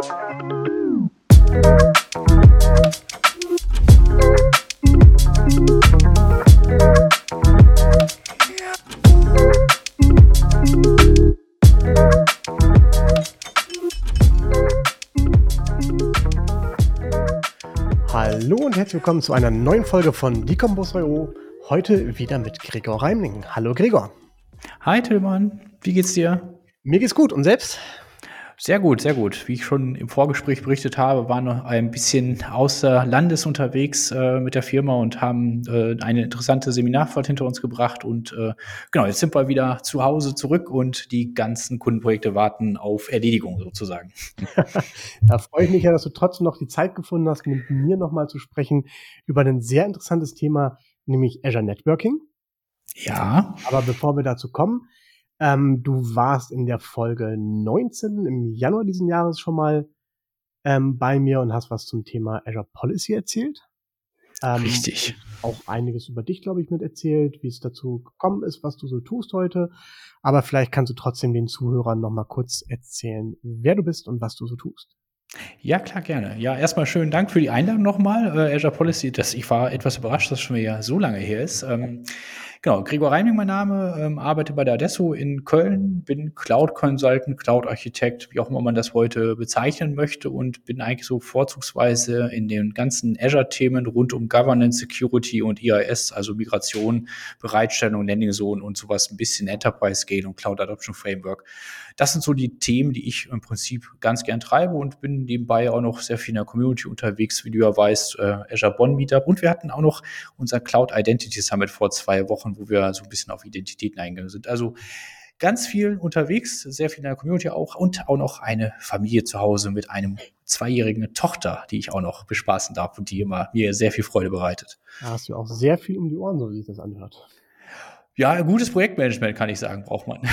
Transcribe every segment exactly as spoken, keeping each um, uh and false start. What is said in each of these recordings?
Hallo und herzlich willkommen zu einer neuen Folge von Decombos Punkt io. Heute wieder mit Gregor Reimling. Hallo Gregor. Hi Tillmann, wie geht's dir? Mir geht's gut und selbst? Sehr gut, sehr gut. Wie ich schon im Vorgespräch berichtet habe, waren noch ein bisschen außer Landes unterwegs äh, mit der Firma und haben äh, eine interessante Seminarfahrt hinter uns gebracht. Und äh, genau, jetzt sind wir wieder zu Hause zurück und die ganzen Kundenprojekte warten auf Erledigung sozusagen. Da freue ich mich ja, dass du trotzdem noch die Zeit gefunden hast, mit mir nochmal zu sprechen über ein sehr interessantes Thema, nämlich Azure Networking. Ja. Aber bevor wir dazu kommen, ähm, du warst in der Folge neunzehn im Januar diesen Jahres schon mal ähm, bei mir und hast was zum Thema Azure Policy erzählt. Ähm, Richtig. Auch einiges über dich, glaube ich, mit erzählt, wie es dazu gekommen ist, was du so tust heute. Aber vielleicht kannst du trotzdem den Zuhörern noch mal kurz erzählen, wer du bist und was du so tust. Ja, klar, gerne. Ja, erstmal schönen Dank für die Einladung nochmal. Äh, Azure Policy, das, ich war etwas überrascht, dass es schon wieder so lange her ist. Ähm, genau, Gregor Reimling mein Name, ähm, arbeite bei der Adesso in Köln, bin Cloud Consultant, Cloud Architekt, wie auch immer man das heute bezeichnen möchte und bin eigentlich so vorzugsweise in den ganzen Azure-Themen rund um Governance, Security und I A S, also Migration, Bereitstellung, Landing Zone und sowas, ein bisschen Enterprise Scale und Cloud Adoption Framework. Das sind so die Themen, die ich im Prinzip ganz gern treibe und bin nebenbei auch noch sehr viel in der Community unterwegs, wie du ja weißt, äh, Azure Bonn Meetup. Und wir hatten auch noch unser Cloud Identity Summit vor zwei Wochen, wo wir so ein bisschen auf Identitäten eingegangen sind. Also ganz viel unterwegs, sehr viel in der Community auch und auch noch eine Familie zu Hause mit einem zweijährigen Tochter, die ich auch noch bespaßen darf und die immer mir sehr viel Freude bereitet. Da hast du auch sehr viel um die Ohren, so wie sich das anhört. Ja, gutes Projektmanagement, kann ich sagen, braucht man.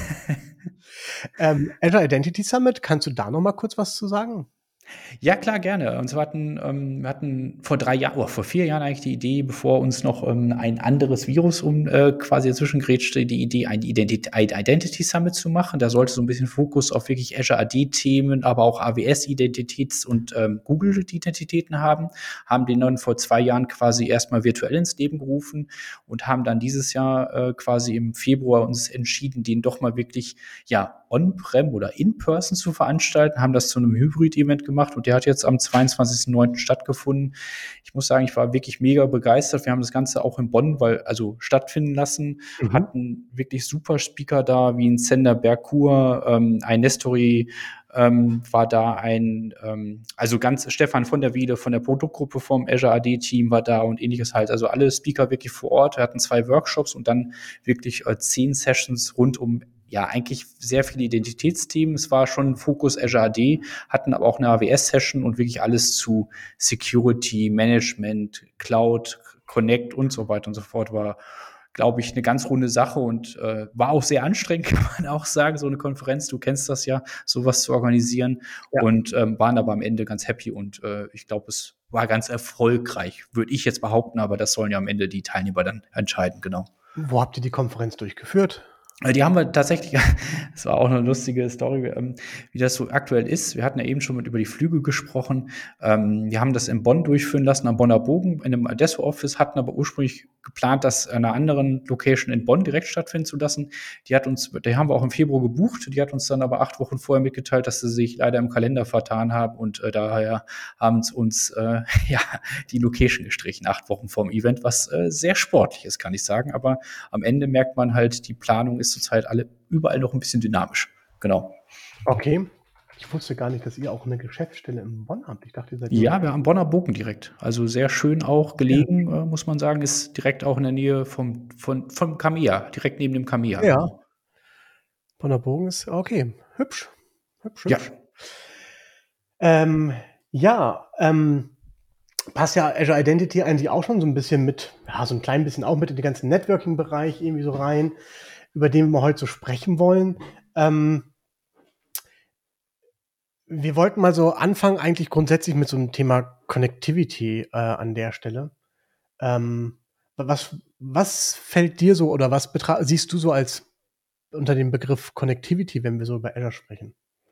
ähm, Azure Identity Summit, kannst du da noch mal kurz was zu sagen? Ja, klar, gerne. Und zwar hatten, ähm, wir hatten vor drei Jahren, oder vor vier Jahren eigentlich die Idee, bevor uns noch ähm, ein anderes Virus um äh, quasi dazwischen grätschte, die Idee, ein Identity, Identity Summit zu machen. Da sollte so ein bisschen Fokus auf wirklich Azure A D-Themen, aber auch A W S-Identitäts- und ähm, Google-Identitäten haben. Haben den dann vor zwei Jahren quasi erstmal virtuell ins Leben gerufen und haben dann dieses Jahr äh, quasi im Februar uns entschieden, den doch mal wirklich, ja, on-prem oder in-person zu veranstalten, haben das zu einem Hybrid-Event gemacht und der hat jetzt am zweiundzwanzigsten neunten stattgefunden. Ich muss sagen, ich war wirklich mega begeistert. Wir haben das Ganze auch in Bonn, weil, also stattfinden lassen, mhm. hatten wirklich super Speaker da, wie ein Sender Berkur, ähm, ein Nestori, ähm, war da ein, ähm, also ganz Stefan von der Wiede von der Produktgruppe vom Azure A D-Team war da und ähnliches halt. Also alle Speaker wirklich vor Ort. Wir hatten zwei Workshops und dann wirklich äh, zehn Sessions rund um ja, eigentlich sehr viele Identitätsthemen. Es war schon Fokus Azure A D, hatten aber auch eine A W S-Session und wirklich alles zu Security, Management, Cloud, Connect und so weiter und so fort. War, glaube ich, eine ganz runde Sache und äh, war auch sehr anstrengend, kann man auch sagen, so eine Konferenz. Du kennst das ja, sowas zu organisieren. Ja. Und ähm, waren aber am Ende ganz happy und äh, ich glaube, es war ganz erfolgreich, würde ich jetzt behaupten, aber das sollen ja am Ende die Teilnehmer dann entscheiden, genau. Wo habt ihr die Konferenz durchgeführt? Die haben wir tatsächlich, das war auch eine lustige Story, ähm, wie das so aktuell ist. Wir hatten ja eben schon mit über die Flüge gesprochen. Ähm, wir haben das in Bonn durchführen lassen, am Bonner Bogen, in einem Adesso-Office, hatten aber ursprünglich geplant, das an einer anderen Location in Bonn direkt stattfinden zu lassen. Die hat uns, die haben wir auch im Februar gebucht. Die hat uns dann aber acht Wochen vorher mitgeteilt, dass sie sich leider im Kalender vertan haben und äh, daher haben sie uns äh, ja die Location gestrichen, acht Wochen vorm Event, was äh, sehr sportlich ist, kann ich sagen. Aber am Ende merkt man halt, die Planung ist zurzeit alle überall noch ein bisschen dynamisch. Genau. Okay. Ich wusste gar nicht, dass ihr auch eine Geschäftsstelle in Bonn habt. Ich dachte, ihr seid ja, wir haben Bonner Bogen direkt. Also sehr schön auch gelegen, ja. äh, muss man sagen. Ist direkt auch in der Nähe vom, von, vom Kamea, direkt neben dem Kamea. Ja. Bonner Bogen ist okay. Hübsch. Hübsch, hübsch. Ja. Ähm, ja, ähm, passt ja Azure Identity eigentlich auch schon so ein bisschen mit, ja, so ein klein bisschen auch mit in den ganzen Networking-Bereich irgendwie so rein, über den wir heute so sprechen wollen. Ähm, wir wollten mal so anfangen eigentlich grundsätzlich mit so einem Thema Connectivity äh, an der Stelle. Ähm, was, was fällt dir so oder was betra- siehst du so als unter dem Begriff Connectivity, wenn wir so über Azure sprechen?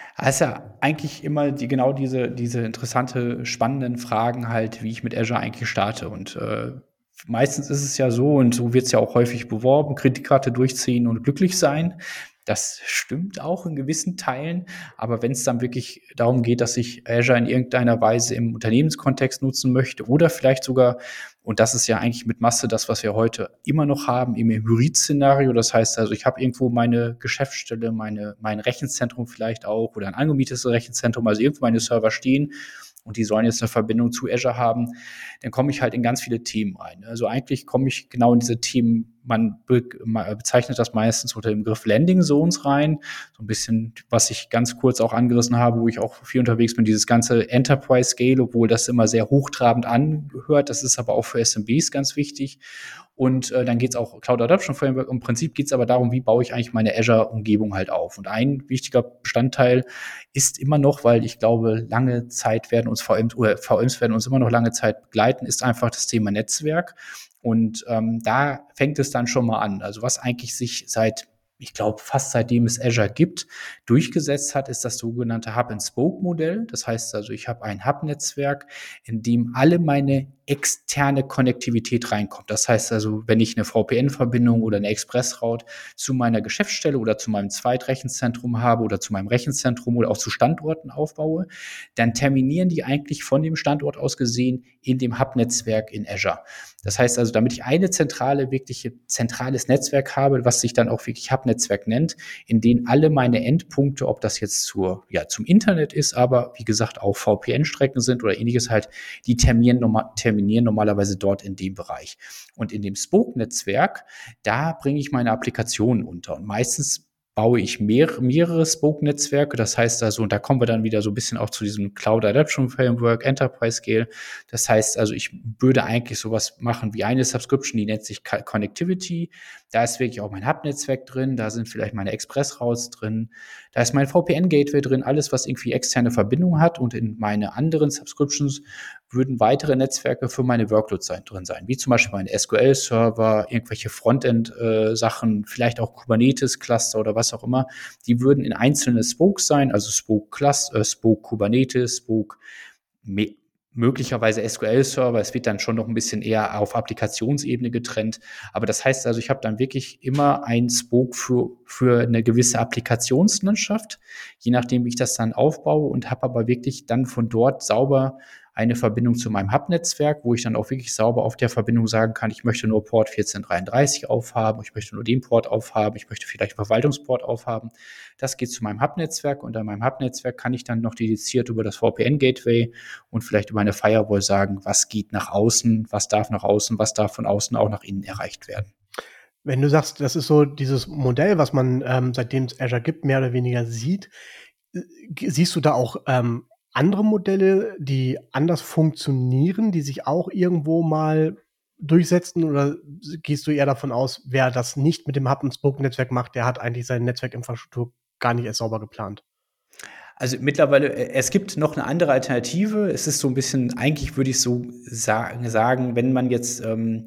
Das ist ja eigentlich immer die, genau diese, diese interessante, spannenden Fragen halt, wie ich mit Azure eigentlich starte. Und äh, meistens ist es ja so, und so wird es ja auch häufig beworben, Kreditkarte durchziehen und glücklich sein. Das stimmt auch in gewissen Teilen, aber wenn es dann wirklich darum geht, dass ich Azure in irgendeiner Weise im Unternehmenskontext nutzen möchte oder vielleicht sogar, und das ist ja eigentlich mit Masse das, was wir heute immer noch haben, im Hybrid-Szenario, das heißt also, ich habe irgendwo meine Geschäftsstelle, meine, mein Rechenzentrum vielleicht auch oder ein angemietetes Rechenzentrum, also irgendwo meine Server stehen und die sollen jetzt eine Verbindung zu Azure haben, dann komme ich halt in ganz viele Themen rein. Also eigentlich komme ich genau in diese Themen, man be bezeichnet das meistens unter dem Begriff Landing Zones rein, so ein bisschen, was ich ganz kurz auch angerissen habe, wo ich auch viel unterwegs bin, dieses ganze Enterprise Scale, obwohl das immer sehr hochtrabend angehört, das ist aber auch für S M Bs ganz wichtig. Und äh, dann geht's auch Cloud Adoption Framework. Im Prinzip geht's aber darum, wie baue ich eigentlich meine Azure-Umgebung halt auf. Und ein wichtiger Bestandteil ist immer noch, weil ich glaube, lange Zeit werden uns V Ms, oder V Ms werden uns immer noch lange Zeit begleiten, ist einfach das Thema Netzwerk. Und ähm, da fängt es dann schon mal an. Also was eigentlich sich seit, ich glaube, fast seitdem es Azure gibt, durchgesetzt hat, ist das sogenannte Hub-and-Spoke-Modell. Das heißt also, ich habe ein Hub-Netzwerk, in dem alle meine externe Konnektivität reinkommt. Das heißt also, wenn ich eine V P N-Verbindung oder eine Express-Route zu meiner Geschäftsstelle oder zu meinem Zweitrechenzentrum habe oder zu meinem Rechenzentrum oder auch zu Standorten aufbaue, dann terminieren die eigentlich von dem Standort aus gesehen in dem Hub-Netzwerk in Azure. Das heißt also, damit ich eine zentrale, wirklich zentrales Netzwerk habe, was sich dann auch wirklich Hub-Netzwerk nennt, in dem alle meine Endpunkte, ob das jetzt zur, ja, zum Internet ist, aber wie gesagt auch V P N-Strecken sind oder ähnliches halt, die terminieren, norma- terminieren normalerweise dort in dem Bereich. Und in dem Spoke-Netzwerk, da bringe ich meine Applikationen unter. Und meistens baue ich mehr, mehrere Spoke-Netzwerke. Das heißt also, und da kommen wir dann wieder so ein bisschen auch zu diesem Cloud Adoption Framework, Enterprise Scale. Das heißt also, ich würde eigentlich sowas machen wie eine Subscription, die nennt sich Connectivity. Da ist wirklich auch mein Hub-Netzwerk drin, da sind vielleicht meine Express-Routes drin, da ist mein V P N-Gateway drin, alles, was irgendwie externe Verbindungen hat. Und in meine anderen Subscriptions würden weitere Netzwerke für meine Workloads sein, drin sein, wie zum Beispiel meine S Q L-Server, irgendwelche Frontend-Sachen, äh, vielleicht auch Kubernetes-Cluster oder was auch immer. Die würden in einzelne Spokes sein, also Spoke Cluster, äh, Spoke Kubernetes, Spoke Me- möglicherweise S Q L-Server. Es wird dann schon noch ein bisschen eher auf Applikationsebene getrennt. Aber das heißt also, ich habe dann wirklich immer ein Spoke für, für eine gewisse Applikationslandschaft, je nachdem, wie ich das dann aufbaue, und habe aber wirklich dann von dort sauber eine Verbindung zu meinem Hub-Netzwerk, wo ich dann auch wirklich sauber auf der Verbindung sagen kann, ich möchte nur Port vierzehn dreiunddreißig aufhaben, ich möchte nur den Port aufhaben, ich möchte vielleicht einen Verwaltungsport aufhaben. Das geht zu meinem Hub-Netzwerk, und an meinem Hub-Netzwerk kann ich dann noch dediziert über das V P N-Gateway und vielleicht über eine Firewall sagen, was geht nach außen, was darf nach außen, was darf von außen auch nach innen erreicht werden. Wenn du sagst, das ist so dieses Modell, was man ähm, seitdem es Azure gibt, mehr oder weniger sieht, äh, siehst du da auch ähm, andere Modelle, die anders funktionieren, die sich auch irgendwo mal durchsetzen, oder gehst du eher davon aus, wer das nicht mit dem Hub-and-Spoke-Netzwerk macht, der hat eigentlich seine Netzwerkinfrastruktur gar nicht erst sauber geplant? Also mittlerweile, äh, es gibt noch eine andere Alternative. Es ist so ein bisschen, eigentlich würde ich so sagen, sagen, wenn man jetzt ähm,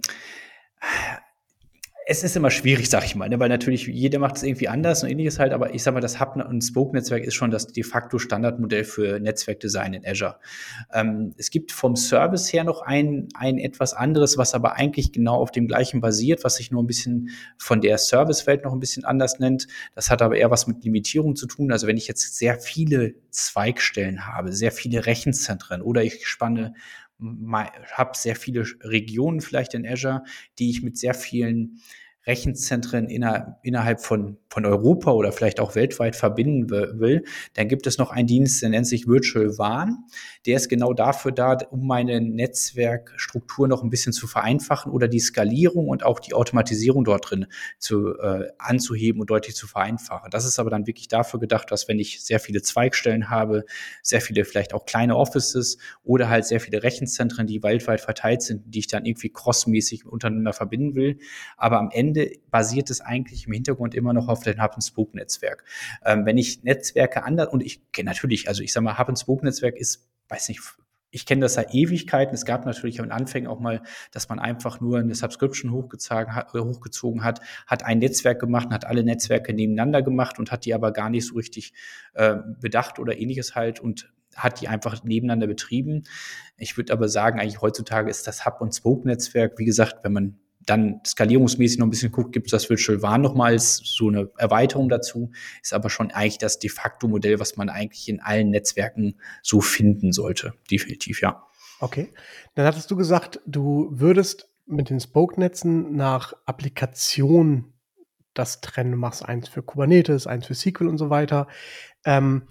es ist immer schwierig, sag ich mal, ne? Weil natürlich jeder macht es irgendwie anders und ähnliches halt, aber ich sag mal, das Hub- und Spoke-Netzwerk ist schon das de facto Standardmodell für Netzwerkdesign in Azure. Ähm, es gibt vom Service her noch ein, ein etwas anderes, was aber eigentlich genau auf dem gleichen basiert, was sich nur ein bisschen von der Servicewelt noch ein bisschen anders nennt. Das hat aber eher was mit Limitierung zu tun. Also wenn ich jetzt sehr viele Zweigstellen habe, sehr viele Rechenzentren, oder ich spanne habe sehr viele Regionen vielleicht in Azure, die ich mit sehr vielen Rechenzentren inner, innerhalb von, von Europa oder vielleicht auch weltweit verbinden will, dann gibt es noch einen Dienst, der nennt sich Virtual W A N. Der ist genau dafür da, um meine Netzwerkstruktur noch ein bisschen zu vereinfachen oder die Skalierung und auch die Automatisierung dort drin zu, äh, anzuheben und deutlich zu vereinfachen. Das ist aber dann wirklich dafür gedacht, dass wenn ich sehr viele Zweigstellen habe, sehr viele vielleicht auch kleine Offices oder halt sehr viele Rechenzentren, die weltweit verteilt sind, die ich dann irgendwie crossmäßig untereinander verbinden will. Aber am Ende basiert es eigentlich im Hintergrund immer noch auf dem Hub-and-Spoke-Netzwerk. Ähm, wenn ich Netzwerke anders, und ich kenne natürlich, also ich sage mal, Hub-and-Spoke-Netzwerk ist, weiß nicht, ich kenne das seit Ewigkeiten. Es gab natürlich am Anfang auch mal, dass man einfach nur eine Subscription hochgezogen hat, hochgezogen hat, hat ein Netzwerk gemacht, hat alle Netzwerke nebeneinander gemacht und hat die aber gar nicht so richtig äh, bedacht oder ähnliches halt und hat die einfach nebeneinander betrieben. Ich würde aber sagen, eigentlich heutzutage ist das Hub-und-Spoke-Netzwerk, wie gesagt, wenn man dann skalierungsmäßig noch ein bisschen guckt, gibt es das Virtual W A N noch mal als so eine Erweiterung dazu, ist aber schon eigentlich das de facto Modell, was man eigentlich in allen Netzwerken so finden sollte. Definitiv, ja. Okay. Dann hattest du gesagt, du würdest mit den Spoke-Netzen nach Applikation das trennen. Du machst eins für Kubernetes, eins für S Q L und so weiter. Ähm,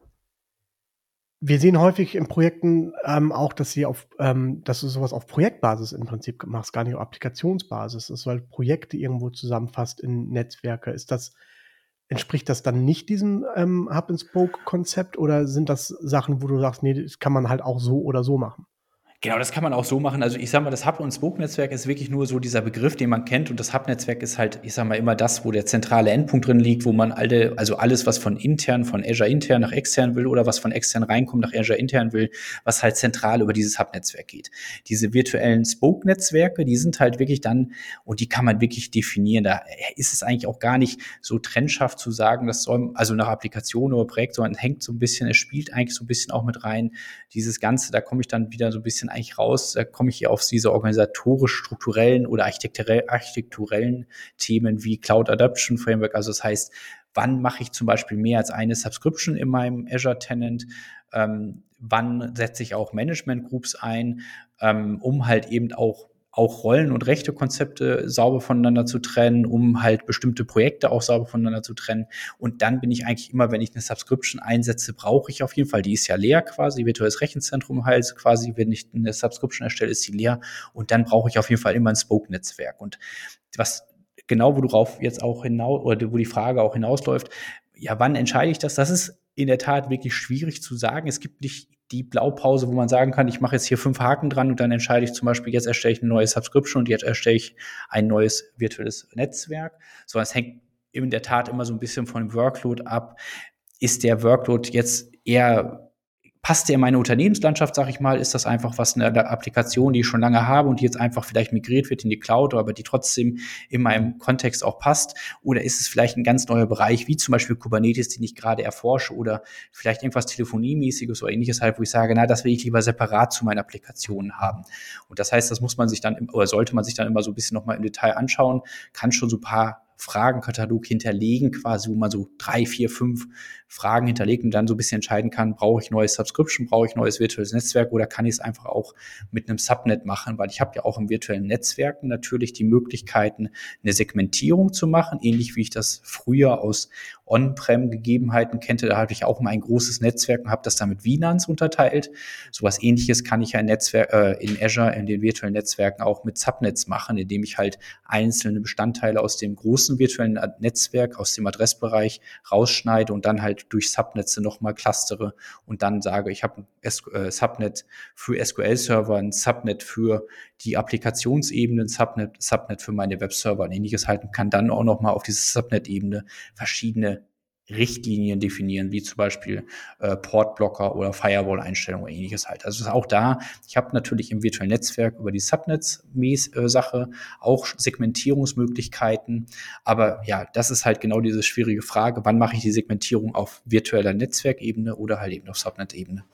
Wir sehen häufig in Projekten ähm, auch, dass sie auf, ähm, dass du sowas auf Projektbasis im Prinzip machst, gar nicht auf Applikationsbasis. Das ist halt Projekte irgendwo zusammenfasst in Netzwerke. Ist das, entspricht das dann nicht diesem ähm, Hub-and-Spoke-Konzept oder sind das Sachen, wo du sagst, nee, das kann man halt auch so oder so machen? Genau, das kann man auch so machen. Also ich sage mal, das Hub- und Spoke-Netzwerk ist wirklich nur so dieser Begriff, den man kennt. Und das Hub-Netzwerk ist halt, ich sage mal, immer das, wo der zentrale Endpunkt drin liegt, wo man alle, also alles, was von intern, von Azure intern nach extern will oder was von extern reinkommt nach Azure intern will, was halt zentral über dieses Hub-Netzwerk geht. Diese virtuellen Spoke-Netzwerke, die sind halt wirklich dann, und die kann man wirklich definieren. Da ist es eigentlich auch gar nicht so trennscharf zu sagen, das soll, also nach Applikation oder Projekt, sondern es hängt so ein bisschen, es spielt eigentlich so ein bisschen auch mit rein. Dieses Ganze, da komme ich dann wieder so ein bisschen eigentlich raus, da komme ich hier auf diese organisatorisch-strukturellen oder architekturell, architekturellen Themen wie Cloud Adoption Framework. Also das heißt, wann mache ich zum Beispiel mehr als eine Subscription in meinem Azure Tenant? Ähm, wann setze ich auch Management Groups ein, ähm, um halt eben auch auch Rollen- und Rechtekonzepte sauber voneinander zu trennen, um halt bestimmte Projekte auch sauber voneinander zu trennen. Und dann bin ich eigentlich immer, wenn ich eine Subscription einsetze, brauche ich auf jeden Fall, die ist ja leer quasi, virtuelles Rechenzentrum halt quasi, wenn ich eine Subscription erstelle, ist sie leer. Und dann brauche ich auf jeden Fall immer ein Spoke-Netzwerk. Und was genau, wo du drauf jetzt auch hinaus, oder wo die Frage auch hinausläuft, ja, wann entscheide ich das? Das ist in der Tat wirklich schwierig zu sagen. Es gibt nicht die Blaupause, wo man sagen kann, ich mache jetzt hier fünf Haken dran und dann entscheide ich zum Beispiel, jetzt erstelle ich eine neue Subscription und jetzt erstelle ich ein neues virtuelles Netzwerk, sondern es hängt in der Tat immer so ein bisschen von dem Workload ab. Ist der Workload jetzt eher, passt der in meine Unternehmenslandschaft, sage ich mal, ist das einfach was eine Applikation, die ich schon lange habe und die jetzt einfach vielleicht migriert wird in die Cloud, aber die trotzdem in meinem Kontext auch passt? Oder ist es vielleicht ein ganz neuer Bereich, wie zum Beispiel Kubernetes, den ich gerade erforsche oder vielleicht irgendwas Telefoniemäßiges oder ähnliches halt, wo ich sage, na, das will ich lieber separat zu meinen Applikationen haben. Und das heißt, das muss man sich dann, oder sollte man sich dann immer so ein bisschen nochmal im Detail anschauen, kann schon so ein paar Fragenkatalog hinterlegen, quasi, wo man so drei, vier, fünf Fragen hinterlegt und dann so ein bisschen entscheiden kann, brauche ich neues Subscription, brauche ich neues virtuelles Netzwerk oder kann ich es einfach auch mit einem Subnet machen, weil ich habe ja auch im virtuellen Netzwerken natürlich die Möglichkeiten, eine Segmentierung zu machen, ähnlich wie ich das früher aus On-Prem-Gegebenheiten kannte. Da hatte ich auch mal ein großes Netzwerk und habe das dann mit V LANs unterteilt. Sowas Ähnliches kann ich ja in, Netzwerk, äh, in Azure, in den virtuellen Netzwerken auch mit Subnets machen, indem ich halt einzelne Bestandteile aus dem großen virtuellen Netzwerk, aus dem Adressbereich rausschneide und dann halt durch Subnetze nochmal clustere und dann sage, ich habe ein äh, Subnet für S Q L-Server, ein Subnet für die Applikationsebene, ein Subnet, Subnet für meine Webserver und ähnliches halten kann, dann auch nochmal auf diese Subnet-Ebene verschiedene Richtlinien definieren, wie zum Beispiel äh, Portblocker oder Firewall-Einstellungen oder ähnliches halt. Also auch da, ich habe natürlich im virtuellen Netzwerk über die Subnets-Sache auch Segmentierungsmöglichkeiten, aber ja, das ist halt genau diese schwierige Frage, wann mache ich die Segmentierung auf virtueller Netzwerkebene oder halt eben auf Subnet-Ebene.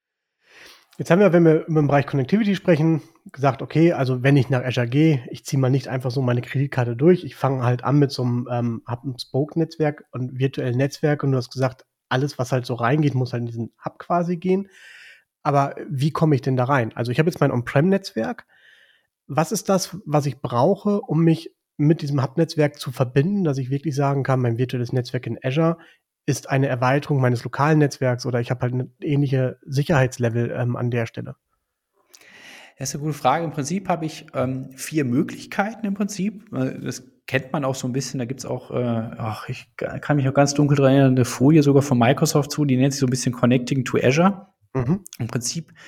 Jetzt haben wir, wenn wir über den Bereich Connectivity sprechen, gesagt, okay, also wenn ich nach Azure gehe, ich ziehe mal nicht einfach so meine Kreditkarte durch, ich fange halt an mit so einem ähm, Hub-and-Spoke-Netzwerk und virtuellen Netzwerk und du hast gesagt, alles, was halt so reingeht, muss halt in diesen Hub quasi gehen. Aber wie komme ich denn da rein? Also ich habe jetzt mein On-Prem-Netzwerk. Was ist das, was ich brauche, um mich mit diesem Hub-Netzwerk zu verbinden, dass ich wirklich sagen kann, mein virtuelles Netzwerk in Azure ist eine Erweiterung meines lokalen Netzwerks oder ich habe halt eine ähnliche Sicherheitslevel ähm, an der Stelle? Das ist eine gute Frage. Im Prinzip habe ich ähm, vier Möglichkeiten im Prinzip. Das kennt man auch so ein bisschen. Da gibt es auch, äh, ach, ich kann mich auch ganz dunkel dran erinnern, eine Folie sogar von Microsoft zu, die nennt sich so ein bisschen Connecting to Azure. Mhm. Im Prinzip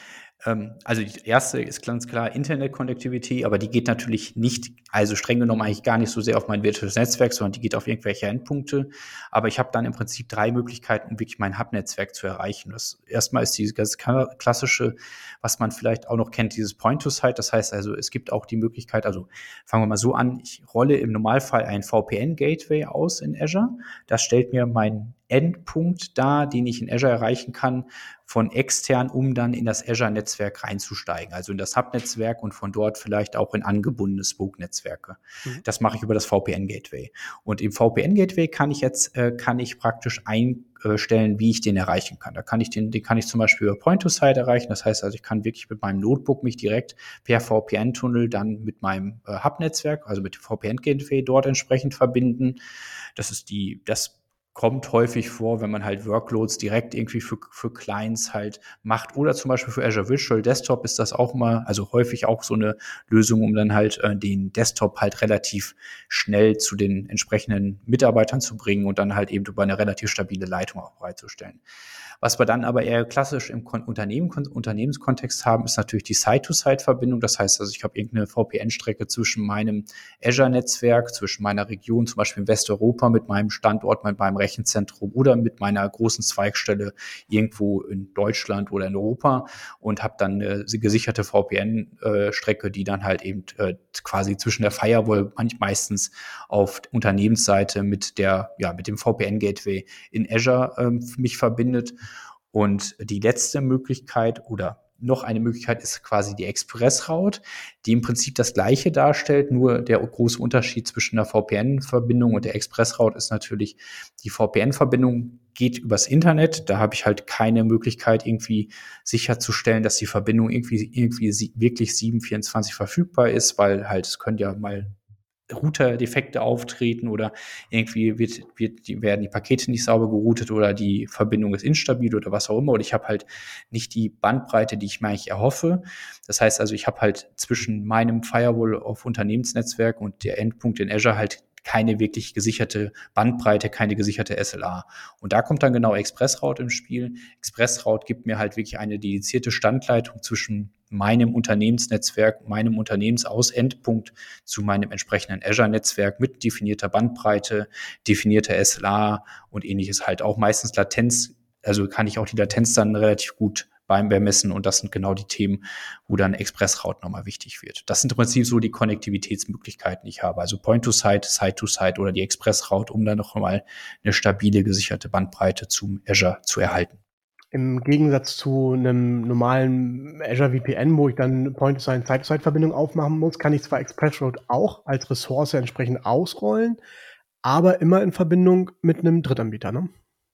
Ähm, also die erste ist ganz klar Internet-Connectivity, aber die geht natürlich nicht, also streng genommen eigentlich gar nicht so sehr auf mein virtuelles Netzwerk, sondern die geht auf irgendwelche Endpunkte. Aber ich habe dann im Prinzip drei Möglichkeiten, um wirklich mein Hub-Netzwerk zu erreichen. Das erstmal ist dieses ganz klassische, was man vielleicht auch noch kennt, dieses Point-to-Site. Das heißt also, es gibt auch die Möglichkeit, also fangen wir mal so an, ich rolle im Normalfall ein V P N-Gateway aus in Azure. Das stellt mir meinen Endpunkt dar, den ich in Azure erreichen kann, von extern, um dann in das Azure-Netzwerk reinzusteigen, also in das Hub-Netzwerk und von dort vielleicht auch in angebundene Spoke-Netzwerke. Mhm. Das mache ich über das V P N-Gateway. Und im V P N-Gateway kann ich jetzt, äh, kann ich praktisch einstellen, wie ich den erreichen kann. Da kann ich den, den kann ich zum Beispiel über Point-to-Site erreichen. Das heißt also, ich kann wirklich mit meinem Notebook mich direkt per V P N-Tunnel dann mit meinem äh, Hub-Netzwerk, also mit dem V P N-Gateway dort entsprechend verbinden. Das ist die, das kommt häufig vor, wenn man halt Workloads direkt irgendwie für, für Clients halt macht oder zum Beispiel für Azure Virtual Desktop ist das auch mal, also häufig auch so eine Lösung, um dann halt äh, den Desktop halt relativ schnell zu den entsprechenden Mitarbeitern zu bringen und dann halt eben über eine relativ stabile Leitung auch bereitzustellen. Was wir dann aber eher klassisch im Kon- Unternehmen, Kon- Unternehmenskontext haben, ist natürlich die Site-to-Site-Verbindung. Das heißt also, ich habe irgendeine V P N-Strecke zwischen meinem Azure-Netzwerk, zwischen meiner Region, zum Beispiel in Westeuropa, mit meinem Standort, mit meinem Rechenzentrum oder mit meiner großen Zweigstelle irgendwo in Deutschland oder in Europa und habe dann eine gesicherte V P N-Strecke, die dann halt eben äh, quasi zwischen der Firewall meistens auf Unternehmensseite mit der, ja, mit dem V P N-Gateway in Azure ähm, mich verbindet. Und die letzte Möglichkeit oder noch eine Möglichkeit ist quasi die Express-Route, die im Prinzip das Gleiche darstellt, nur der große Unterschied zwischen der V P N-Verbindung und der Express-Route ist natürlich, die V P N-Verbindung geht übers Internet, da habe ich halt keine Möglichkeit irgendwie sicherzustellen, dass die Verbindung irgendwie, irgendwie wirklich sieben vierundzwanzig verfügbar ist, weil halt es können ja mal Router-Defekte auftreten oder irgendwie wird, wird, die, werden die Pakete nicht sauber geroutet oder die Verbindung ist instabil oder was auch immer. Oder ich habe halt nicht die Bandbreite, die ich mir eigentlich erhoffe. Das heißt also, ich habe halt zwischen meinem Firewall auf Unternehmensnetzwerk und der Endpunkt in Azure halt keine wirklich gesicherte Bandbreite, keine gesicherte S L A. Und da kommt dann genau Express-Route ins Spiel. Express-Route gibt mir halt wirklich eine dedizierte Standleitung zwischen meinem Unternehmensnetzwerk, meinem Unternehmensausendpunkt zu meinem entsprechenden Azure-Netzwerk mit definierter Bandbreite, definierter S L A und ähnliches halt auch meistens Latenz. Also kann ich auch die Latenz dann relativ gut beim bemessen und das sind genau die Themen, wo dann Express-Route nochmal wichtig wird. Das sind im Prinzip so die Konnektivitätsmöglichkeiten, die ich habe. Also Point-to-Site, Site-to-Site oder die Express-Route, um dann noch mal eine stabile, gesicherte Bandbreite zum Azure zu erhalten. Im Gegensatz zu einem normalen Azure V P N, wo ich dann Point-to-Site, Site-to-Site-Verbindung aufmachen muss, kann ich zwar Express-Route auch als Ressource entsprechend ausrollen, aber immer in Verbindung mit einem Drittanbieter, ne?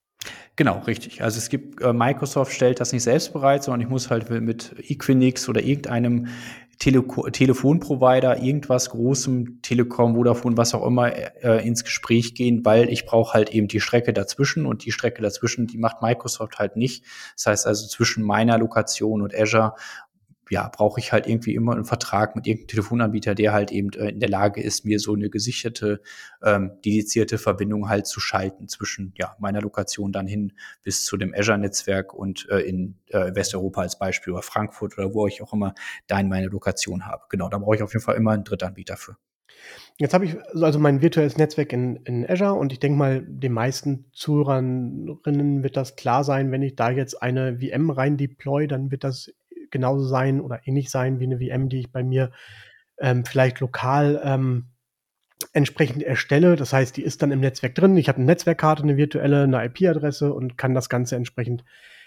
Genau, richtig. Also es gibt, äh, Microsoft stellt das nicht selbst bereit, sondern ich muss halt mit Equinix oder irgendeinem Tele- Telefonprovider, irgendwas großem, Telekom, Vodafone, was auch immer, äh, ins Gespräch gehen, weil ich brauche halt eben die Strecke dazwischen und die Strecke dazwischen, die macht Microsoft halt nicht. Das heißt also zwischen meiner Lokation und Azure ja, brauche ich halt irgendwie immer einen Vertrag mit irgendeinem Telefonanbieter, der halt eben äh, in der Lage ist, mir so eine gesicherte, ähm, dedizierte Verbindung halt zu schalten zwischen ja meiner Lokation dann hin bis zu dem Azure-Netzwerk und äh, in äh, Westeuropa als Beispiel oder Frankfurt oder wo ich auch immer da in meine Lokation habe. Genau, da brauche ich auf jeden Fall immer einen Drittanbieter für. Jetzt habe ich also mein virtuelles Netzwerk in, in Azure und ich denke mal, den meisten Zuhörerinnen wird das klar sein, wenn ich da jetzt eine V M rein deploy, dann wird das genauso sein oder ähnlich sein wie eine V M, die ich bei mir ähm, vielleicht lokal ähm, entsprechend erstelle. Das heißt, die ist dann im Netzwerk drin. Ich habe eine Netzwerkkarte, eine virtuelle, eine I P-Adresse und kann das Ganze entsprechend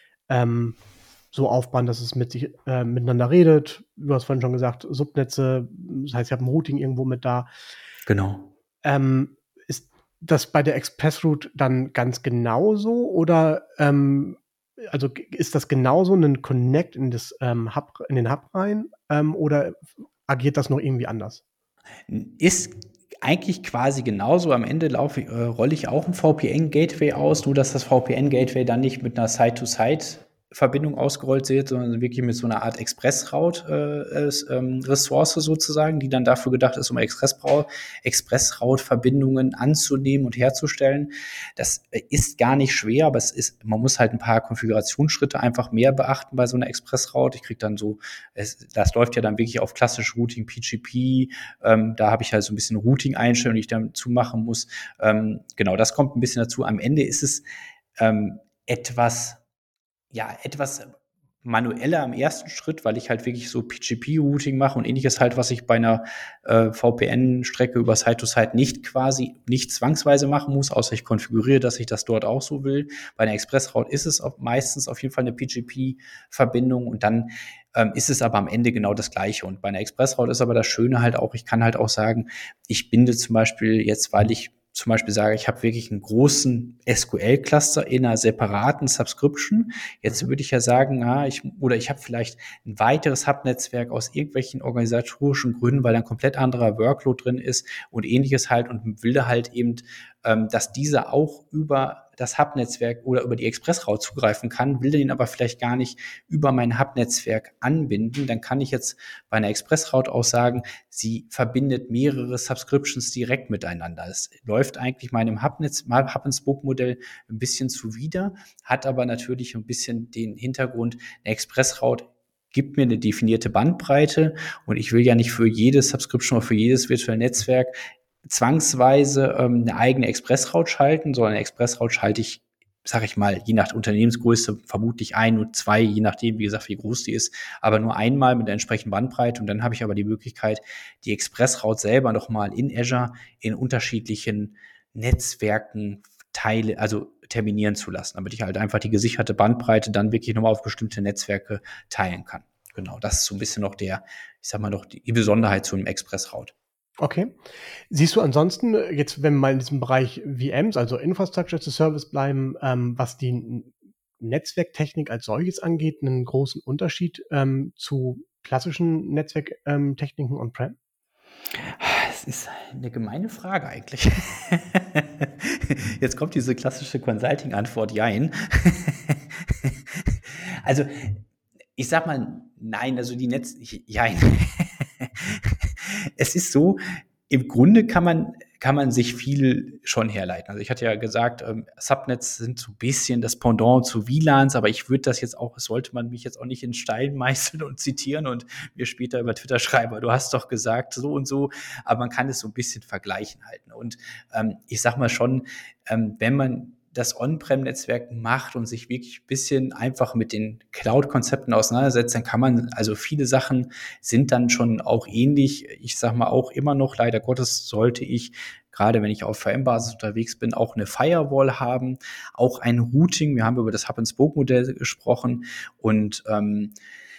ähm, so aufbauen, dass es mit sich äh, miteinander redet. Du hast vorhin schon gesagt, Subnetze, das heißt, ich habe ein Routing irgendwo mit da. Genau. Ähm, ist das bei der Express-Route dann ganz genauso oder ähm, also ist das genauso ein Connect in, das, ähm, Hub, in den Hub rein ähm, oder agiert das noch irgendwie anders? Ist eigentlich quasi genauso. Am Ende laufe ich, äh, rolle ich auch ein V P N-Gateway aus, nur dass das V P N-Gateway dann nicht mit einer Site-to-Site Verbindung ausgerollt wird, sondern wirklich mit so einer Art Express-Route-Ressource äh, ähm, sozusagen, die dann dafür gedacht ist, um Express-Route-Verbindungen anzunehmen und herzustellen. Das ist gar nicht schwer, aber es ist, man muss halt ein paar Konfigurationsschritte einfach mehr beachten bei so einer Express-Route. Ich kriege dann so, es, das läuft ja dann wirklich auf klassisch Routing, P G P. Ähm, da habe ich halt so ein bisschen Routing-Einstellungen, die ich dazu machen muss. Ähm, genau, das kommt ein bisschen dazu. Am Ende ist es ähm, etwas ja, etwas manueller im ersten Schritt, weil ich halt wirklich so P G P-Routing mache und ähnliches halt, was ich bei einer äh, V P N-Strecke über Site-to-Site nicht quasi, nicht zwangsweise machen muss, außer ich konfiguriere, dass ich das dort auch so will. Bei einer Express-Route ist es auch meistens auf jeden Fall eine P G P-Verbindung und dann ähm, ist es aber am Ende genau das Gleiche. Und bei einer Express-Route ist aber das Schöne halt auch, ich kann halt auch sagen, ich binde zum Beispiel jetzt, weil ich zum Beispiel sage, ich habe wirklich einen großen S Q L-Cluster in einer separaten Subscription. Jetzt würde ich ja sagen, ja, ich, oder ich habe vielleicht ein weiteres Hub-Netzwerk aus irgendwelchen organisatorischen Gründen, weil ein komplett anderer Workload drin ist und ähnliches halt und will da halt eben, ähm, dass diese auch über das Hub-Netzwerk oder über die Express-Route zugreifen kann, will den aber vielleicht gar nicht über mein Hub-Netzwerk anbinden. Dann kann ich jetzt bei einer Express-Route auch sagen, sie verbindet mehrere Subscriptions direkt miteinander. Es läuft eigentlich meinem Hub-Netz, Hub-and-Spoke-Modell ein bisschen zuwider, hat aber natürlich ein bisschen den Hintergrund, eine Express-Route gibt mir eine definierte Bandbreite und ich will ja nicht für jede Subscription oder für jedes virtuelle Netzwerk zwangsweise ähm, eine eigene Express-Route schalten, sondern eine Express-Route schalte ich, sag ich mal, je nach Unternehmensgröße vermutlich ein und zwei, je nachdem, wie gesagt, wie groß die ist, aber nur einmal mit der entsprechenden Bandbreite und dann habe ich aber die Möglichkeit, die Express-Route selber nochmal in Azure in unterschiedlichen Netzwerken Teile, also terminieren zu lassen, damit ich halt einfach die gesicherte Bandbreite dann wirklich nochmal auf bestimmte Netzwerke teilen kann. Genau, das ist so ein bisschen noch der, ich sag mal noch die Besonderheit zu einem Express-Route. Okay. Siehst du ansonsten, jetzt wenn wir mal in diesem Bereich V Ms, also Infrastructure as a Service bleiben, ähm, was die N- Netzwerktechnik als solches angeht, einen großen Unterschied ähm, zu klassischen Netzwerktechniken on-prem? Das ist eine gemeine Frage eigentlich. Jetzt kommt diese klassische Consulting-Antwort, jein. Also, ich sag mal, nein, also die Netz, jein. Es ist so, im Grunde kann man, kann man sich viel schon herleiten. Also ich hatte ja gesagt, ähm, Subnets sind so ein bisschen das Pendant zu V LANs, aber ich würde das jetzt auch, sollte man mich jetzt auch nicht in Stein meißeln und zitieren und mir später über Twitter schreiben, du hast doch gesagt so und so, aber man kann es so ein bisschen vergleichen halten. Und ähm, ich sag mal schon, ähm, wenn man das On-Prem-Netzwerk macht und sich wirklich ein bisschen einfach mit den Cloud-Konzepten auseinandersetzt, dann kann man, also viele Sachen sind dann schon auch ähnlich. Ich sage mal auch immer noch, leider Gottes sollte ich, gerade wenn ich auf V M-Basis unterwegs bin, auch eine Firewall haben, auch ein Routing. Wir haben über das Hub-and-Spoke-Modell gesprochen und ähm,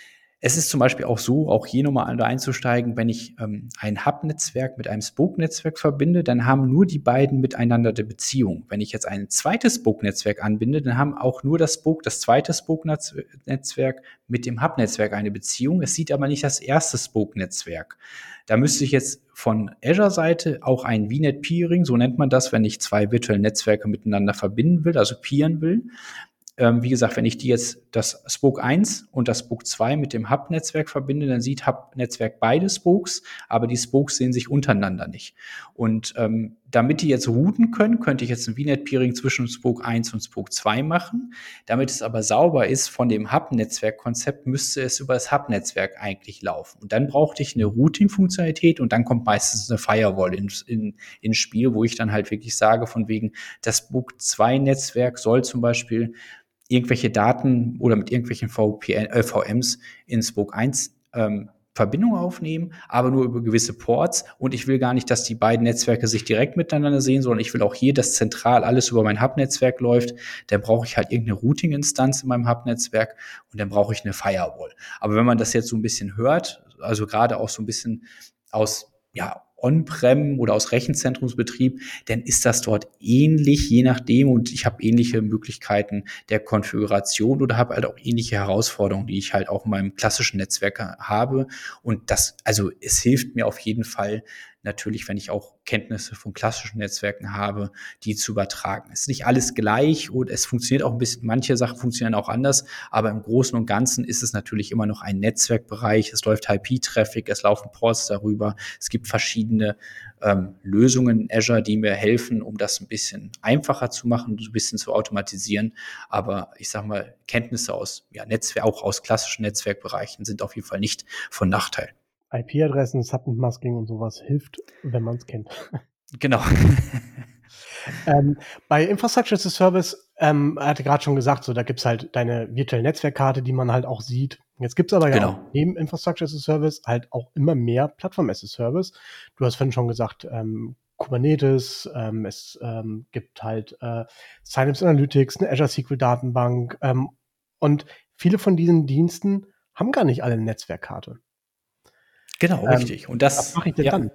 es ist zum Beispiel auch so, auch hier nochmal einzusteigen, wenn ich ähm, ein Hub-Netzwerk mit einem Spoke-Netzwerk verbinde, dann haben nur die beiden miteinander eine Beziehung. Wenn ich jetzt ein zweites Spoke-Netzwerk anbinde, dann haben auch nur das Spoke, das zweite Spoke-Netzwerk mit dem Hub-Netzwerk eine Beziehung. Es sieht aber nicht das erste Spoke-Netzwerk. Da müsste ich jetzt von Azure-Seite auch ein V NET-Peering, so nennt man das, wenn ich zwei virtuelle Netzwerke miteinander verbinden will, also peeren will. Ähm, wie gesagt, wenn ich die jetzt das Spoke eins und das Spoke zwei mit dem Hub-Netzwerk verbinde, dann sieht Hub-Netzwerk beide Spokes, aber die Spokes sehen sich untereinander nicht. Und ähm, damit die jetzt routen können, könnte ich jetzt ein V NET-Peering zwischen Spoke eins und Spoke zwei machen. Damit es aber sauber ist von dem Hub-Netzwerk-Konzept, müsste es über das Hub-Netzwerk eigentlich laufen. Und dann brauchte ich eine Routing-Funktionalität und dann kommt meistens eine Firewall ins in, in Spiel, wo ich dann halt wirklich sage, von wegen, das Spoke zwei Netzwerk soll zum Beispiel irgendwelche Daten oder mit irgendwelchen V P N, äh, V Ms in Spoke eins ähm, Verbindung aufnehmen, aber nur über gewisse Ports. Und ich will gar nicht, dass die beiden Netzwerke sich direkt miteinander sehen, sondern ich will auch hier, dass zentral alles über mein Hub-Netzwerk läuft. Dann brauche ich halt irgendeine Routing-Instanz in meinem Hub-Netzwerk und dann brauche ich eine Firewall. Aber wenn man das jetzt so ein bisschen hört, also gerade auch so ein bisschen aus, ja, On-Prem oder aus Rechenzentrumsbetrieb, dann ist das dort ähnlich, je nachdem. Und ich habe ähnliche Möglichkeiten der Konfiguration oder habe halt auch ähnliche Herausforderungen, die ich halt auch in meinem klassischen Netzwerk habe. Und das, also es hilft mir auf jeden Fall, natürlich, wenn ich auch Kenntnisse von klassischen Netzwerken habe, die zu übertragen. Es ist nicht alles gleich und es funktioniert auch ein bisschen, manche Sachen funktionieren auch anders, aber im Großen und Ganzen ist es natürlich immer noch ein Netzwerkbereich. Es läuft I P-Traffic, es laufen Ports darüber. Es gibt verschiedene ähm, Lösungen in Azure, die mir helfen, um das ein bisschen einfacher zu machen, ein bisschen zu automatisieren. Aber ich sage mal, Kenntnisse aus ja, Netzwerk, auch aus klassischen Netzwerkbereichen sind auf jeden Fall nicht von Nachteil. I P-Adressen, Subnet-Masking und sowas hilft, wenn man es kennt. Genau. ähm, bei Infrastructure as a Service, ähm, er hatte gerade schon gesagt, so da gibt's halt deine virtuelle Netzwerkkarte, die man halt auch sieht. Jetzt gibt's aber ja Genau. auch neben Infrastructure as a Service halt auch immer mehr Plattform as a Service. Du hast vorhin schon gesagt, ähm, Kubernetes, ähm, es ähm, gibt halt äh, Synapse Analytics, eine Azure S Q L-Datenbank ähm, und viele von diesen Diensten haben gar nicht alle eine Netzwerkkarte. Genau, Ähm, richtig. Und das, was mache ich denn ja. dann?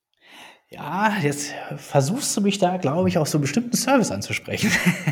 Ja, jetzt versuchst du mich da, glaube ich, auf so einen bestimmten Service anzusprechen.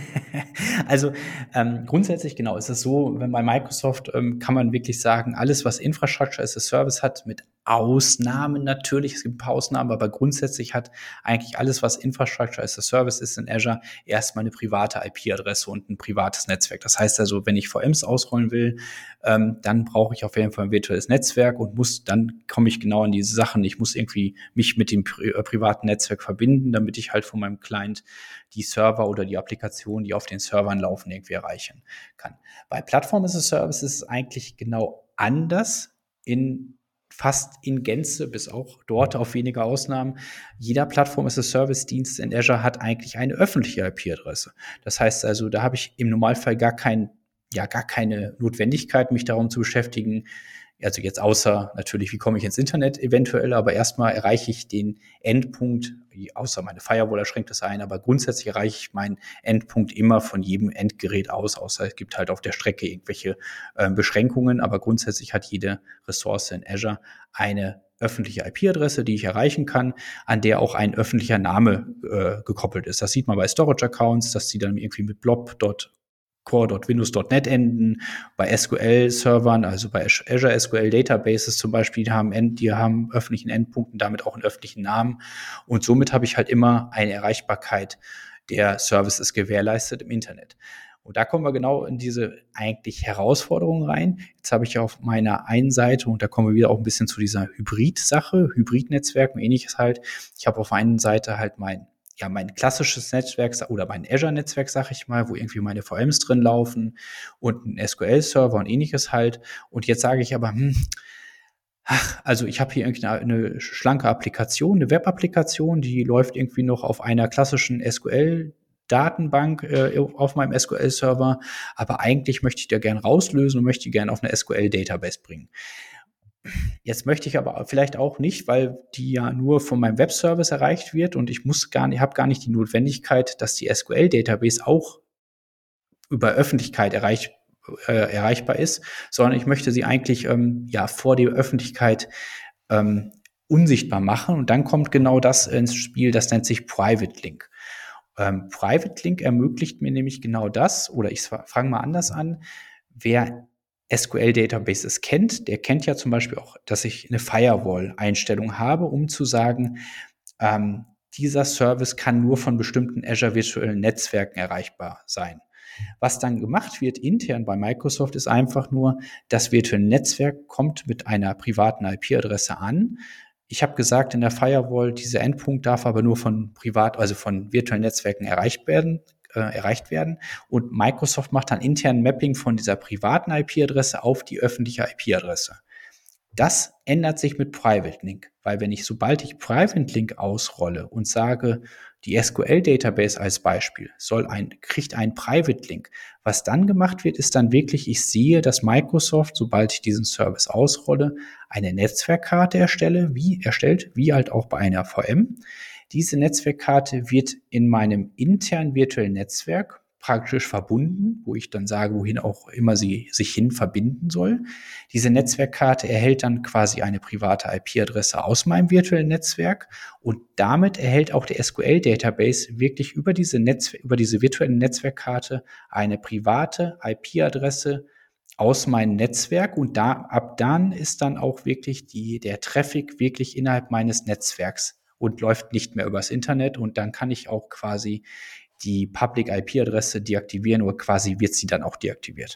Also ähm, grundsätzlich genau ist es so, wenn bei Microsoft ähm, kann man wirklich sagen, alles, was Infrastructure as a Service hat, mit Ausnahmen natürlich, es gibt ein paar Ausnahmen, aber grundsätzlich hat eigentlich alles, was Infrastructure as a Service ist in Azure, erstmal eine private I P-Adresse und ein privates Netzwerk. Das heißt also, wenn ich V Ms ausrollen will, ähm, dann brauche ich auf jeden Fall ein virtuelles Netzwerk und muss, dann komme ich genau an diese Sachen. Ich muss irgendwie mich mit dem pri- äh, privaten Netzwerk verbinden, damit ich halt von meinem Client die Server oder die Applikationen, die auf den Servern laufen, irgendwie erreichen kann. Bei Plattform as a Service ist es eigentlich genau anders, in fast in Gänze, bis auch dort auf wenige Ausnahmen. Jeder Plattform as a Service Dienst in Azure hat eigentlich eine öffentliche I P-Adresse. Das heißt also, da habe ich im Normalfall gar kein, ja, gar keine Notwendigkeit, mich darum zu beschäftigen. Also jetzt außer natürlich, wie komme ich ins Internet eventuell, aber erstmal erreiche ich den Endpunkt, außer meine Firewall erschränkt das ein, aber grundsätzlich erreiche ich meinen Endpunkt immer von jedem Endgerät aus, außer es gibt halt auf der Strecke irgendwelche äh, Beschränkungen, aber grundsätzlich hat jede Ressource in Azure eine öffentliche I P-Adresse, die ich erreichen kann, an der auch ein öffentlicher Name äh, gekoppelt ist. Das sieht man bei Storage-Accounts, dass die dann irgendwie mit blob dort core.windows Punkt net enden, bei S Q L-Servern, also bei Azure S Q L Databases zum Beispiel, die haben, End, die haben öffentlichen Endpunkten, damit auch einen öffentlichen Namen. Und somit habe ich halt immer eine Erreichbarkeit der Services gewährleistet im Internet. Und da kommen wir genau in diese eigentlich Herausforderung rein. Jetzt habe ich auf meiner einen Seite, und da kommen wir wieder auch ein bisschen zu dieser Hybrid-Sache, Hybrid-Netzwerk und ähnliches halt. Ich habe auf einer Seite halt mein ja, mein klassisches Netzwerk oder mein Azure-Netzwerk, sag ich mal, wo irgendwie meine V Ms drin laufen und ein S Q L-Server und ähnliches halt. Und jetzt sage ich aber, hm, ach, also ich habe hier irgendwie eine, eine schlanke Applikation, eine Web-Applikation, die läuft irgendwie noch auf einer klassischen S Q L Datenbank äh, auf meinem S Q L-Server, aber eigentlich möchte ich die gerne rauslösen und möchte die gerne auf eine S Q L-Database bringen. Jetzt möchte ich aber vielleicht auch nicht, weil die ja nur von meinem Webservice erreicht wird und ich muss gar nicht, habe gar nicht die Notwendigkeit, dass die S Q L-Database auch über Öffentlichkeit erreich, äh, erreichbar ist, sondern ich möchte sie eigentlich ähm, ja vor der Öffentlichkeit ähm, unsichtbar machen. Und dann kommt genau das ins Spiel, das nennt sich Private Link. Ähm, Private Link ermöglicht mir nämlich genau das, oder ich fange mal anders an, wer S Q L-Databases kennt, der kennt ja zum Beispiel auch, dass ich eine Firewall-Einstellung habe, um zu sagen, ähm, dieser Service kann nur von bestimmten Azure virtuellen Netzwerken erreichbar sein. Was dann gemacht wird intern bei Microsoft ist einfach nur, das virtuelle Netzwerk kommt mit einer privaten I P-Adresse an. Ich habe gesagt, in der Firewall, dieser Endpunkt darf aber nur von privat, also von virtuellen Netzwerken erreicht werden, äh, erreicht werden. Und Microsoft macht dann intern Mapping von dieser privaten I P-Adresse auf die öffentliche I P-Adresse. Das ändert sich mit Private Link, weil wenn ich, sobald ich Private Link ausrolle und sage, die S Q L-Database als Beispiel soll ein, kriegt einen Private Link. Was dann gemacht wird, ist dann wirklich, ich sehe, dass Microsoft, sobald ich diesen Service ausrolle, eine Netzwerkkarte erstelle, wie erstellt, wie halt auch bei einer V M. Diese Netzwerkkarte wird in meinem internen virtuellen Netzwerk praktisch verbunden, wo ich dann sage, wohin auch immer sie sich hin verbinden soll. Diese Netzwerkkarte erhält dann quasi eine private I P-Adresse aus meinem virtuellen Netzwerk und damit erhält auch der S Q L-Database wirklich über diese, Netz- über diese virtuelle Netzwerkkarte eine private I P-Adresse aus meinem Netzwerk und da, ab dann ist dann auch wirklich die, der Traffic wirklich innerhalb meines Netzwerks und läuft nicht mehr übers Internet. Und dann kann ich auch quasi die Public I P-Adresse deaktivieren oder quasi wird sie dann auch deaktiviert.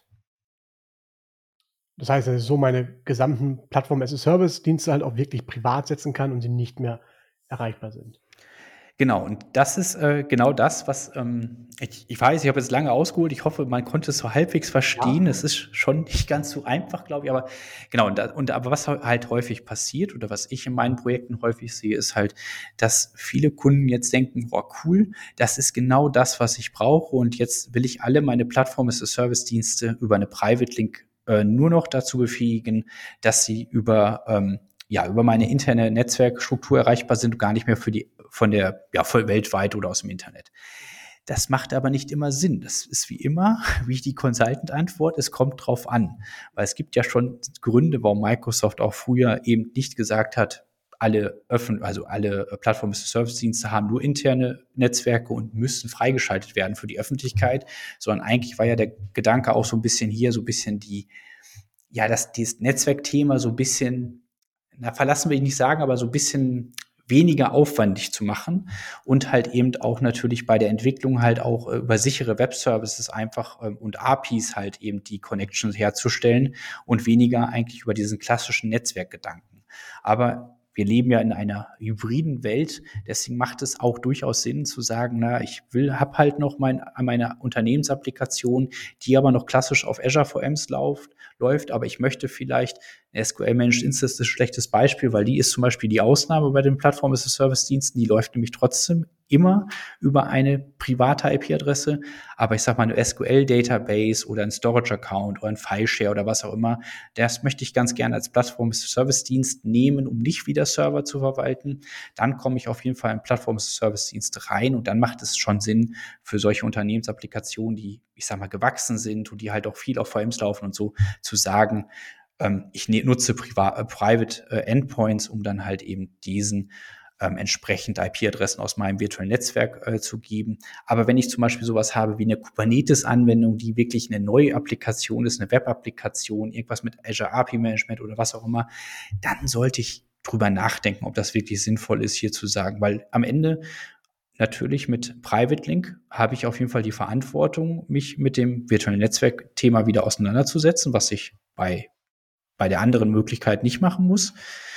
Das heißt, dass ich so meine gesamten Plattform-as-a-Service-Dienste halt auch wirklich privat setzen kann und sie nicht mehr erreichbar sind. Genau, und das ist äh, genau das, was ähm, ich, ich weiß, ich habe jetzt lange ausgeholt. Ich hoffe, man konnte es so halbwegs verstehen. Ja. Es ist schon nicht ganz so einfach, glaube ich. Aber genau, und, da, und aber was halt häufig passiert oder was ich in meinen Projekten häufig sehe, ist halt, dass viele Kunden jetzt denken, boah, cool, das ist genau das, was ich brauche. Und jetzt will ich alle meine Plattform-as-a-Service-Dienste über eine Private Link äh, nur noch dazu befähigen, dass sie über ähm, ja, über meine interne Netzwerkstruktur erreichbar sind und gar nicht mehr für die, von der, ja, voll weltweit oder aus dem Internet. Das macht aber nicht immer Sinn. Das ist wie immer, wie die Consultant-Antwort, es kommt drauf an. Weil es gibt ja schon Gründe, warum Microsoft auch früher eben nicht gesagt hat, alle öffnen, also alle Plattform-as-a-Service-Dienste haben nur interne Netzwerke und müssen freigeschaltet werden für die Öffentlichkeit, sondern eigentlich war ja der Gedanke auch so ein bisschen hier, so ein bisschen die, ja, dass dieses Netzwerkthema so ein bisschen, na, verlassen will ich nicht sagen, aber so ein bisschen weniger aufwendig zu machen und halt eben auch natürlich bei der Entwicklung halt auch äh, über sichere Web-Services einfach ähm, und A P Is halt eben die Connections herzustellen und weniger eigentlich über diesen klassischen Netzwerkgedanken. Aber wir leben ja in einer hybriden Welt, deswegen macht es auch durchaus Sinn zu sagen, na, ich will, hab halt noch mein, meine Unternehmensapplikation, die aber noch klassisch auf Azure V Ms läuft, läuft, aber ich möchte vielleicht S Q L-Managed Instance ist ein schlechtes Beispiel, weil die ist zum Beispiel die Ausnahme bei den Plattform-as-a-Service-Diensten. Die läuft nämlich trotzdem immer über eine private I P-Adresse. Aber ich sag mal, eine S Q L-Database oder ein Storage-Account oder ein File-Share oder was auch immer, das möchte ich ganz gerne als Plattform-as-a-Service-Dienst nehmen, um nicht wieder Server zu verwalten. Dann komme ich auf jeden Fall in Plattform-as-a-Service-Dienst rein und dann macht es schon Sinn für solche Unternehmensapplikationen, die, ich sag mal, gewachsen sind und die halt auch viel auf V Ms laufen und so, zu sagen, ich nutze Priva- äh, Private äh, Endpoints, um dann halt eben diesen ähm, entsprechend I P-Adressen aus meinem virtuellen Netzwerk äh, zu geben. Aber wenn ich zum Beispiel sowas habe wie eine Kubernetes-Anwendung, die wirklich eine neue Applikation ist, eine Web-Applikation, irgendwas mit Azure A P I-Management oder was auch immer, dann sollte ich drüber nachdenken, ob das wirklich sinnvoll ist, hier zu sagen. Weil am Ende natürlich mit Private Link habe ich auf jeden Fall die Verantwortung, mich mit dem virtuellen Netzwerk-Thema wieder auseinanderzusetzen, was ich bei bei der anderen Möglichkeit nicht machen muss.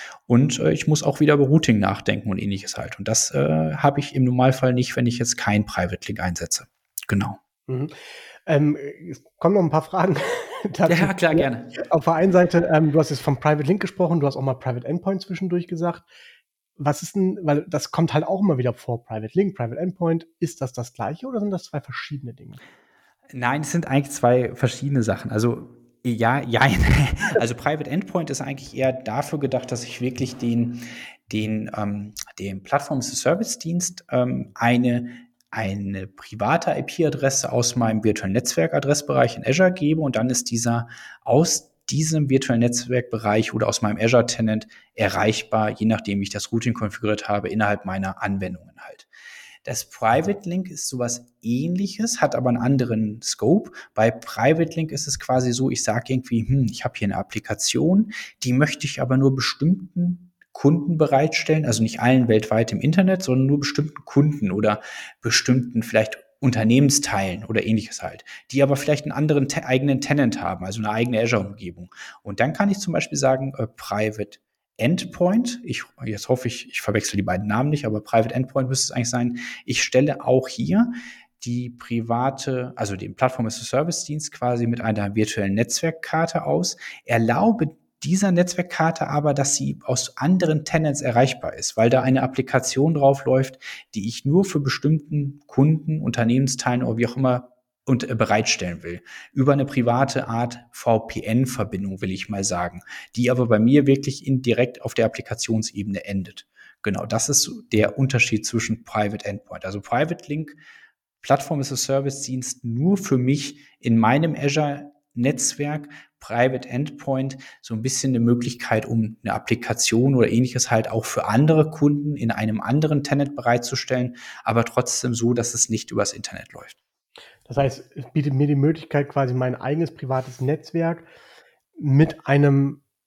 Und äh, ich muss auch wieder über Routing nachdenken und ähnliches halt. Und das äh, habe ich im Normalfall nicht, wenn ich jetzt kein Private Link einsetze. Genau. Mhm. Ähm, es kommen noch ein paar Fragen dazu. Ja, klar, gerne. Auf der einen Seite, ähm, du hast jetzt vom Private Link gesprochen, du hast auch mal Private Endpoint zwischendurch gesagt. Was ist denn, weil das kommt halt auch immer wieder vor, Private Link, Private Endpoint. Ist das das Gleiche oder sind das zwei verschiedene Dinge? Nein, es sind eigentlich zwei verschiedene Sachen. Also ja, ja. Also Private Endpoint ist eigentlich eher dafür gedacht, dass ich wirklich den, den, ähm, dem Plattform-as-a-Service-Dienst ähm, eine, eine private I P-Adresse aus meinem virtuellen Netzwerk-Adressbereich in Azure gebe und dann ist dieser aus diesem virtuellen Netzwerkbereich oder aus meinem Azure-Tenant erreichbar, je nachdem, wie ich das Routing konfiguriert habe, innerhalb meiner Anwendungen halt. Das Private Link ist sowas Ähnliches, hat aber einen anderen Scope. Bei Private Link ist es quasi so, ich sage irgendwie, hm, ich habe hier eine Applikation, die möchte ich aber nur bestimmten Kunden bereitstellen, also nicht allen weltweit im Internet, sondern nur bestimmten Kunden oder bestimmten vielleicht Unternehmensteilen oder ähnliches halt, die aber vielleicht einen anderen te- eigenen Tenant haben, also eine eigene Azure-Umgebung. Und dann kann ich zum Beispiel sagen, äh, Private Endpoint, ich, jetzt hoffe ich, ich verwechsel die beiden Namen nicht, aber Private Endpoint müsste es eigentlich sein, ich stelle auch hier die private, also den Plattform-as-a-Service-Dienst quasi mit einer virtuellen Netzwerkkarte aus, erlaube dieser Netzwerkkarte aber, dass sie aus anderen Tenants erreichbar ist, weil da eine Applikation drauf läuft, die ich nur für bestimmten Kunden, Unternehmensteilen oder wie auch immer und äh, bereitstellen will. Über eine private Art V P N-Verbindung, will ich mal sagen, die aber bei mir wirklich indirekt auf der Applikationsebene endet. Genau, das ist der Unterschied zwischen Private Endpoint. Also Private Link, Plattform as a Service Dienst nur für mich in meinem Azure Netzwerk, Private Endpoint, so ein bisschen eine Möglichkeit, um eine Applikation oder ähnliches halt auch für andere Kunden in einem anderen Tenant bereitzustellen, aber trotzdem so, dass es nicht übers Internet läuft. Das heißt, es bietet mir die Möglichkeit, quasi mein eigenes privates Netzwerk mit einem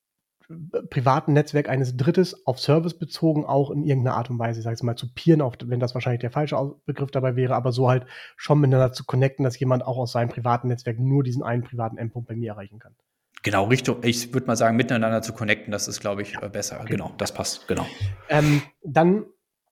privaten Netzwerk eines Drittes auf Service bezogen auch in irgendeiner Art und Weise, sag ich mal, zu peeren, auch wenn das wahrscheinlich der falsche Begriff dabei wäre, aber so halt schon miteinander zu connecten, dass jemand auch aus seinem privaten Netzwerk nur diesen einen privaten Endpunkt bei mir erreichen kann. Genau, Richtung, ich würde mal sagen, miteinander zu connecten, das ist, glaube ich, besser. Okay. Genau, das passt, genau. Ähm, dann,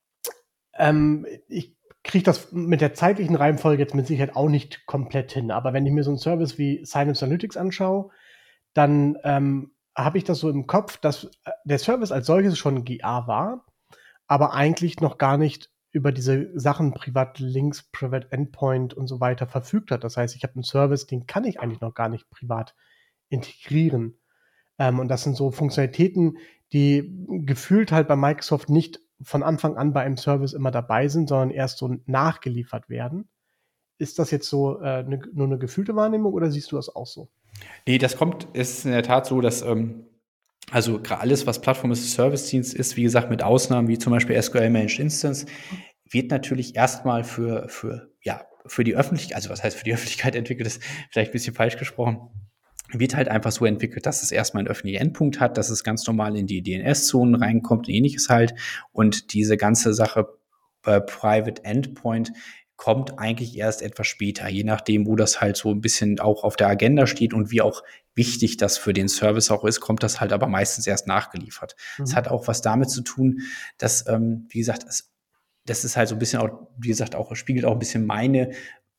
ähm, ich kriege das mit der zeitlichen Reihenfolge jetzt mit Sicherheit auch nicht komplett hin, aber wenn ich mir so einen Service wie Synapse Analytics anschaue, dann ähm, habe ich das so im Kopf, dass der Service als solches schon G A war, aber eigentlich noch gar nicht über diese Sachen Private Links, Private Endpoint und so weiter verfügt hat. Das heißt, ich habe einen Service, den kann ich eigentlich noch gar nicht privat integrieren. Ähm, und das sind so Funktionalitäten, die gefühlt halt bei Microsoft nicht von Anfang an bei einem Service immer dabei sind, sondern erst so nachgeliefert werden. Ist das jetzt so äh, ne, nur eine gefühlte Wahrnehmung oder siehst du das auch so? Nee, das kommt, ist in der Tat so, dass ähm, also alles, was Plattform as a Service-Dienst ist, wie gesagt, mit Ausnahmen wie zum Beispiel S Q L Managed Instance, wird natürlich erstmal für, für, ja, für die Öffentlichkeit, also was heißt für die Öffentlichkeit entwickelt, ist vielleicht ein bisschen falsch gesprochen, wird halt einfach so entwickelt, dass es erstmal einen öffentlichen Endpunkt hat, dass es ganz normal in die D N S-Zonen reinkommt und ähnliches halt. Und diese ganze Sache äh, Private Endpoint kommt eigentlich erst etwas später, je nachdem, wo das halt so ein bisschen auch auf der Agenda steht und wie auch wichtig das für den Service auch ist, kommt das halt aber meistens erst nachgeliefert. Es mhm. hat auch was damit zu tun, dass, ähm, wie gesagt, es, das ist halt so ein bisschen auch, wie gesagt, auch spiegelt auch ein bisschen meine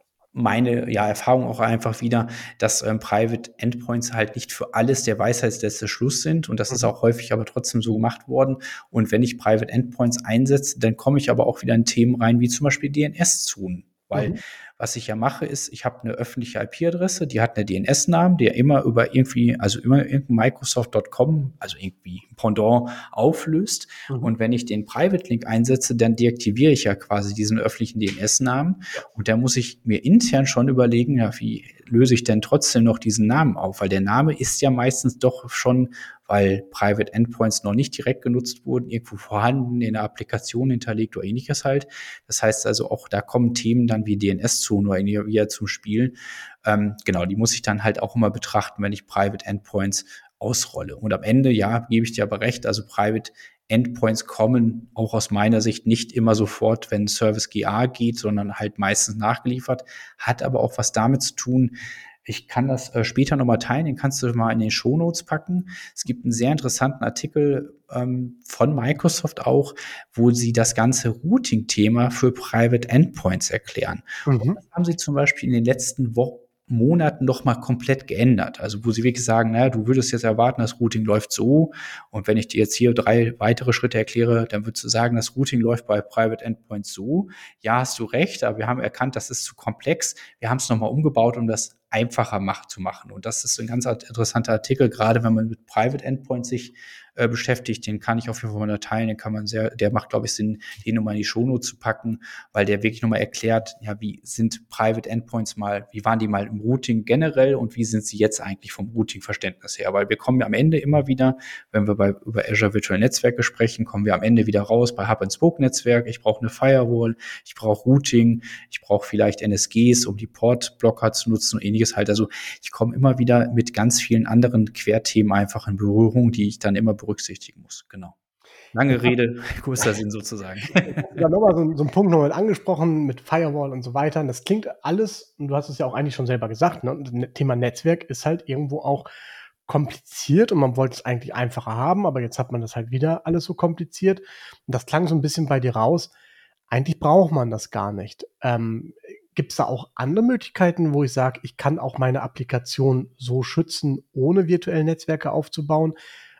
meine ja, Erfahrung auch einfach wieder, dass ähm, Private Endpoints halt nicht für alles der Weisheitsletzte Schluss sind und das mhm. ist auch häufig aber trotzdem so gemacht worden. Und wenn ich Private Endpoints einsetze, dann komme ich aber auch wieder in Themen rein, wie zum Beispiel D N S-Zonen. Weil mhm. was ich ja mache, ist, ich habe eine öffentliche I P-Adresse, die hat einen D N S-Namen, der immer über irgendwie, also immer irgendein Microsoft Punkt com, also irgendwie Pendant auflöst. Mhm. Und wenn ich den Private-Link einsetze, dann deaktiviere ich ja quasi diesen öffentlichen D N S-Namen. Und da muss ich mir intern schon überlegen, ja, wie löse ich denn trotzdem noch diesen Namen auf? Weil der Name ist ja meistens doch schon, weil Private Endpoints noch nicht direkt genutzt wurden, irgendwo vorhanden, in der Applikation hinterlegt oder ähnliches halt. Das heißt also, auch da kommen Themen dann wie D N S-Zonen oder wieder zum Spiel. Ähm, genau, die muss ich dann halt auch immer betrachten, wenn ich Private Endpoints ausrolle. Und am Ende, ja, gebe ich dir aber recht, also Private Endpoints kommen auch aus meiner Sicht nicht immer sofort, wenn Service G A geht, sondern halt meistens nachgeliefert, hat aber auch was damit zu tun. Ich kann das äh, später nochmal teilen, den kannst du mal in den Shownotes packen. Es gibt einen sehr interessanten Artikel ähm, von Microsoft auch, wo sie das ganze Routing-Thema für Private Endpoints erklären. Mhm. Und das haben sie zum Beispiel in den letzten Wochen Monaten noch mal komplett geändert. Also wo sie wirklich sagen, naja, du würdest jetzt erwarten, das Routing läuft so und wenn ich dir jetzt hier drei weitere Schritte erkläre, dann würdest du sagen, das Routing läuft bei Private Endpoints so. Ja, hast du recht, aber wir haben erkannt, das ist zu komplex. Wir haben es nochmal umgebaut, um das einfacher macht, zu machen. Und das ist ein ganz interessanter Artikel, gerade wenn man mit Private Endpoints sich äh, beschäftigt. Den kann ich auf jeden Fall mal teilen. Den kann man sehr, der macht, glaube ich, Sinn, den nochmal in die Shownotes zu packen, weil der wirklich nochmal erklärt, ja, wie sind Private Endpoints mal, wie waren die mal im Routing generell und wie sind sie jetzt eigentlich vom Routing-Verständnis her? Weil wir kommen ja am Ende immer wieder, wenn wir bei, über Azure Virtual Netzwerke sprechen, kommen wir am Ende wieder raus bei Hub-and-Spoke-Netzwerk. Ich brauche eine Firewall, ich brauche Routing, ich brauche vielleicht N S Gs, um die Port-Blocker zu nutzen und ähnliches halt. Also ich komme immer wieder mit ganz vielen anderen Querthemen einfach in Berührung, die ich dann immer berücksichtigen muss. Genau. Lange Rede, kurzer Sinn sozusagen. Ja, nochmal so, so einen Punkt nochmal angesprochen mit Firewall und so weiter. Das klingt alles, und du hast es ja auch eigentlich schon selber gesagt, ne? Das Thema Netzwerk ist halt irgendwo auch kompliziert und man wollte es eigentlich einfacher haben, aber jetzt hat man das halt wieder alles so kompliziert. Und das klang so ein bisschen bei dir raus. Eigentlich braucht man das gar nicht. Ähm, Gibt es da auch andere Möglichkeiten, wo ich sage, ich kann auch meine Applikation so schützen, ohne virtuelle Netzwerke aufzubauen?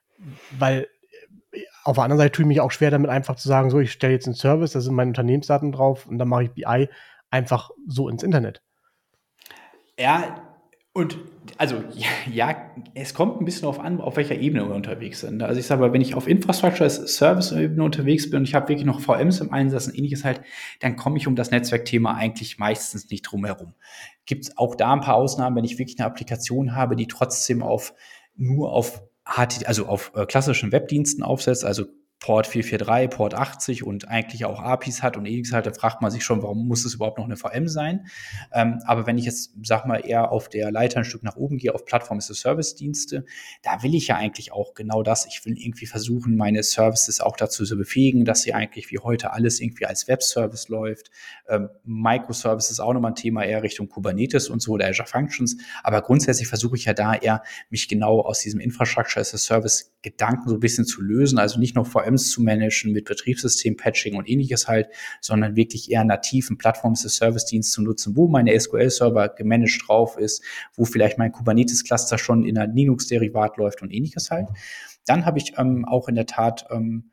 Weil auf der anderen Seite tue ich mich auch schwer damit, einfach zu sagen, so, ich stelle jetzt einen Service, da sind meine Unternehmensdaten drauf und dann mache ich B I einfach so ins Internet. Ja, und also ja, ja, es kommt ein bisschen darauf an, auf welcher Ebene wir unterwegs sind. Also ich sage mal, wenn ich auf Infrastructure as Service-Ebene unterwegs bin und ich habe wirklich noch V Ms im Einsatz und ähnliches halt, dann komme ich um das Netzwerkthema eigentlich meistens nicht drum herum. Gibt es auch da ein paar Ausnahmen, wenn ich wirklich eine Applikation habe, die trotzdem auf nur auf H T T P, also auf äh, klassischen Webdiensten aufsetzt, also Port vier vier drei, Port achtzig und eigentlich auch A P Is hat und ähnliches halt, da fragt man sich schon, warum muss es überhaupt noch eine V M sein? Ähm, aber wenn ich jetzt, sag mal, eher auf der Leiter ein Stück nach oben gehe, auf Plattform-as-a-Service-Dienste, da will ich ja eigentlich auch genau das. Ich will irgendwie versuchen, meine Services auch dazu zu befähigen, dass sie eigentlich wie heute alles irgendwie als Web-Service läuft. Ähm, Microservice ist auch nochmal ein Thema eher Richtung Kubernetes und so oder Azure Functions. Aber grundsätzlich versuche ich ja da eher, mich genau aus diesem Infrastructure-as-a-Service-Gedanken so ein bisschen zu lösen. Also nicht nur V Ms zu managen mit Betriebssystem-Patching und ähnliches halt, sondern wirklich eher nativen Plattform-as-a-Service-Dienst zu nutzen, wo meine S Q L-Server gemanagt drauf ist, wo vielleicht mein Kubernetes-Cluster schon in einer Linux-Derivat läuft und ähnliches halt. Dann habe ich ähm, auch in der Tat ähm,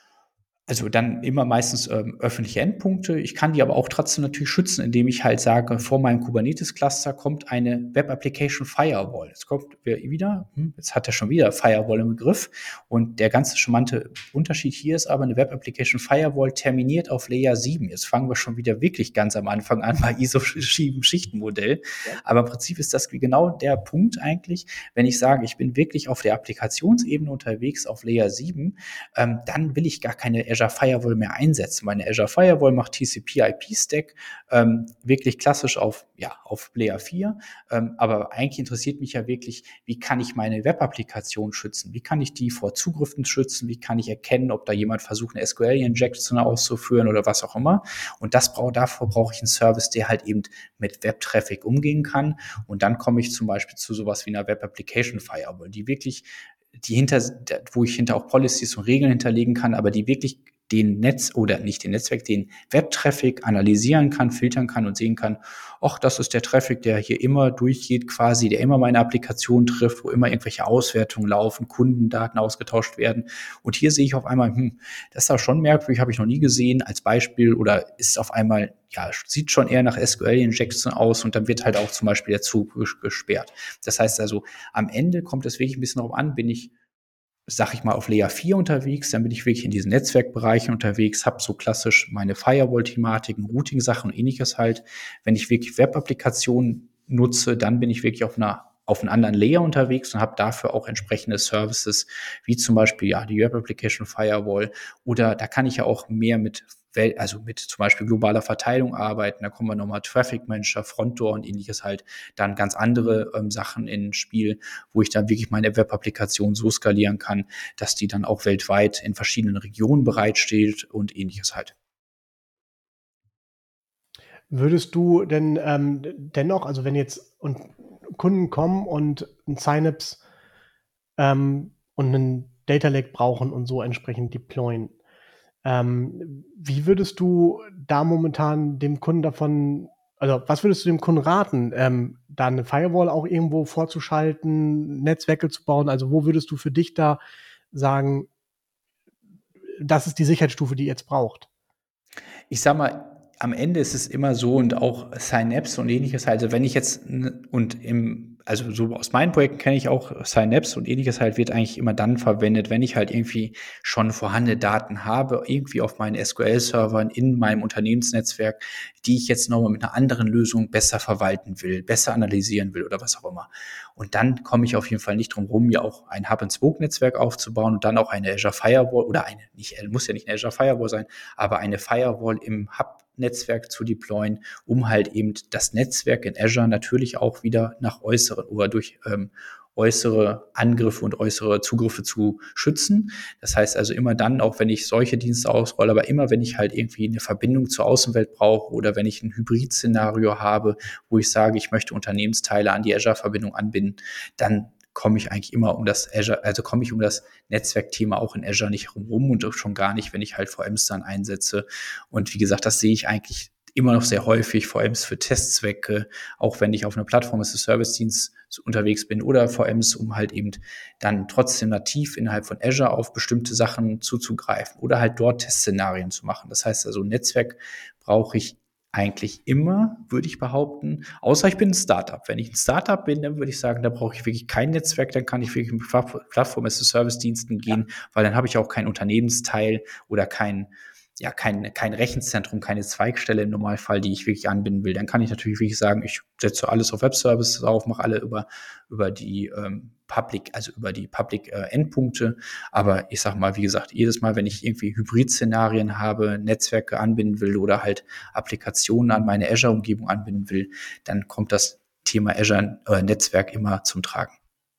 also dann immer meistens ähm, öffentliche Endpunkte. Ich kann die aber auch trotzdem natürlich schützen, indem ich halt sage, vor meinem Kubernetes-Cluster kommt eine Web Application Firewall. Jetzt kommt wieder, hm, jetzt hat er schon wieder Firewall im Begriff. Und der ganze charmante Unterschied hier ist aber, eine Web Application Firewall terminiert auf Layer sieben. Jetzt fangen wir schon wieder wirklich ganz am Anfang an bei I S O-Schichtenmodell. Ja. Aber im Prinzip ist das genau der Punkt eigentlich, wenn ich sage, ich bin wirklich auf der Applikationsebene unterwegs auf Layer sieben, ähm, dann will ich gar keine Azure Firewall mehr einsetzen. Meine Azure Firewall macht T C P I P-Stack, ähm, wirklich klassisch auf, ja, auf Layer vier. Ähm, aber eigentlich interessiert mich ja wirklich, wie kann ich meine Web-Applikation schützen? Wie kann ich die vor Zugriffen schützen? Wie kann ich erkennen, ob da jemand versucht, eine S Q L-Injection auszuführen oder was auch immer? Und das brauche, davor brauche ich einen Service, der halt eben mit Web-Traffic umgehen kann. Und dann komme ich zum Beispiel zu sowas wie einer Web-Application Firewall, die wirklich die hinter, wo ich hinter auch Policies und Regeln hinterlegen kann, aber die wirklich den Netz oder nicht den Netzwerk, den Web-Traffic analysieren kann, filtern kann und sehen kann, ach, das ist der Traffic, der hier immer durchgeht quasi, der immer meine Applikation trifft, wo immer irgendwelche Auswertungen laufen, Kundendaten ausgetauscht werden. Und hier sehe ich auf einmal, hm, das ist doch schon merkwürdig, habe ich noch nie gesehen als Beispiel oder ist auf einmal, ja, sieht schon eher nach S Q L-Injection aus und dann wird halt auch zum Beispiel der Zugriff gesperrt. Das heißt also, am Ende kommt es wirklich ein bisschen darauf an, bin ich sag ich mal, auf Layer vier unterwegs, dann bin ich wirklich in diesen Netzwerkbereichen unterwegs, habe so klassisch meine Firewall-Thematiken, Routing-Sachen und ähnliches halt. Wenn ich wirklich Web-Applikationen nutze, dann bin ich wirklich auf einer auf einem anderen Layer unterwegs und habe dafür auch entsprechende Services, wie zum Beispiel ja die Web Application Firewall oder da kann ich ja auch mehr mit also mit zum Beispiel globaler Verteilung arbeiten, da kommen wir nochmal Traffic Manager, Frontdoor und ähnliches halt, dann ganz andere ähm, Sachen ins Spiel, wo ich dann wirklich meine Web-Applikation so skalieren kann, dass die dann auch weltweit in verschiedenen Regionen bereitsteht und ähnliches halt. Würdest du denn ähm, dennoch, also wenn jetzt und Kunden kommen und ein Synapse ähm, und einen Data Lake brauchen und so entsprechend deployen, Ähm, wie würdest du da momentan dem Kunden davon, also was würdest du dem Kunden raten, ähm, da eine Firewall auch irgendwo vorzuschalten, Netzwerke zu bauen? Also wo würdest du für dich da sagen, das ist die Sicherheitsstufe, die ihr jetzt braucht? Ich sag mal, am Ende ist es immer so und auch Synapse und ähnliches, also wenn ich jetzt und im also so aus meinen Projekten kenne ich auch Synapse und ähnliches halt wird eigentlich immer dann verwendet, wenn ich halt irgendwie schon vorhandene Daten habe, irgendwie auf meinen S Q L-Servern in meinem Unternehmensnetzwerk, die ich jetzt nochmal mit einer anderen Lösung besser verwalten will, besser analysieren will oder was auch immer. Und dann komme ich auf jeden Fall nicht drum rum, mir auch ein Hub-and-Spoke-Netzwerk aufzubauen und dann auch eine Azure Firewall oder eine, nicht, muss ja nicht eine Azure Firewall sein, aber eine Firewall im Hub Netzwerk zu deployen, um halt eben das Netzwerk in Azure natürlich auch wieder nach äußeren oder durch ähm, äußere Angriffe und äußere Zugriffe zu schützen. Das heißt also immer dann, auch wenn ich solche Dienste ausrolle, aber immer wenn ich halt irgendwie eine Verbindung zur Außenwelt brauche oder wenn ich ein Hybrid-Szenario habe, wo ich sage, ich möchte Unternehmensteile an die Azure-Verbindung anbinden, dann komme ich eigentlich immer um das Azure, also komme ich um das Netzwerkthema auch in Azure nicht herum und schon gar nicht, wenn ich halt V Ms dann einsetze. Und wie gesagt, das sehe ich eigentlich immer noch sehr häufig, V Ms für Testzwecke, auch wenn ich auf einer Plattform als Service-Dienst unterwegs bin oder V Ms, um halt eben dann trotzdem nativ innerhalb von Azure auf bestimmte Sachen zuzugreifen oder halt dort Testszenarien zu machen. Das heißt also, Netzwerk brauche ich eigentlich immer, würde ich behaupten, außer ich bin ein Startup. Wenn ich ein Startup bin, dann würde ich sagen, da brauche ich wirklich kein Netzwerk, dann kann ich wirklich mit Plattform-as-a-Service-Diensten gehen, ja. Weil dann habe ich auch keinen Unternehmensteil oder kein ja, kein, kein Rechenzentrum, keine Zweigstelle im Normalfall, die ich wirklich anbinden will. Dann kann ich natürlich wirklich sagen, ich setze alles auf Web-Services auf, mache alle über, über die ähm, Public, also über die Public-Endpunkte. Aber ich sag mal, wie gesagt, jedes Mal, wenn ich irgendwie Hybrid-Szenarien habe, Netzwerke anbinden will oder halt Applikationen an meine Azure-Umgebung anbinden will, dann kommt das Thema Azure-Netzwerk immer zum Tragen.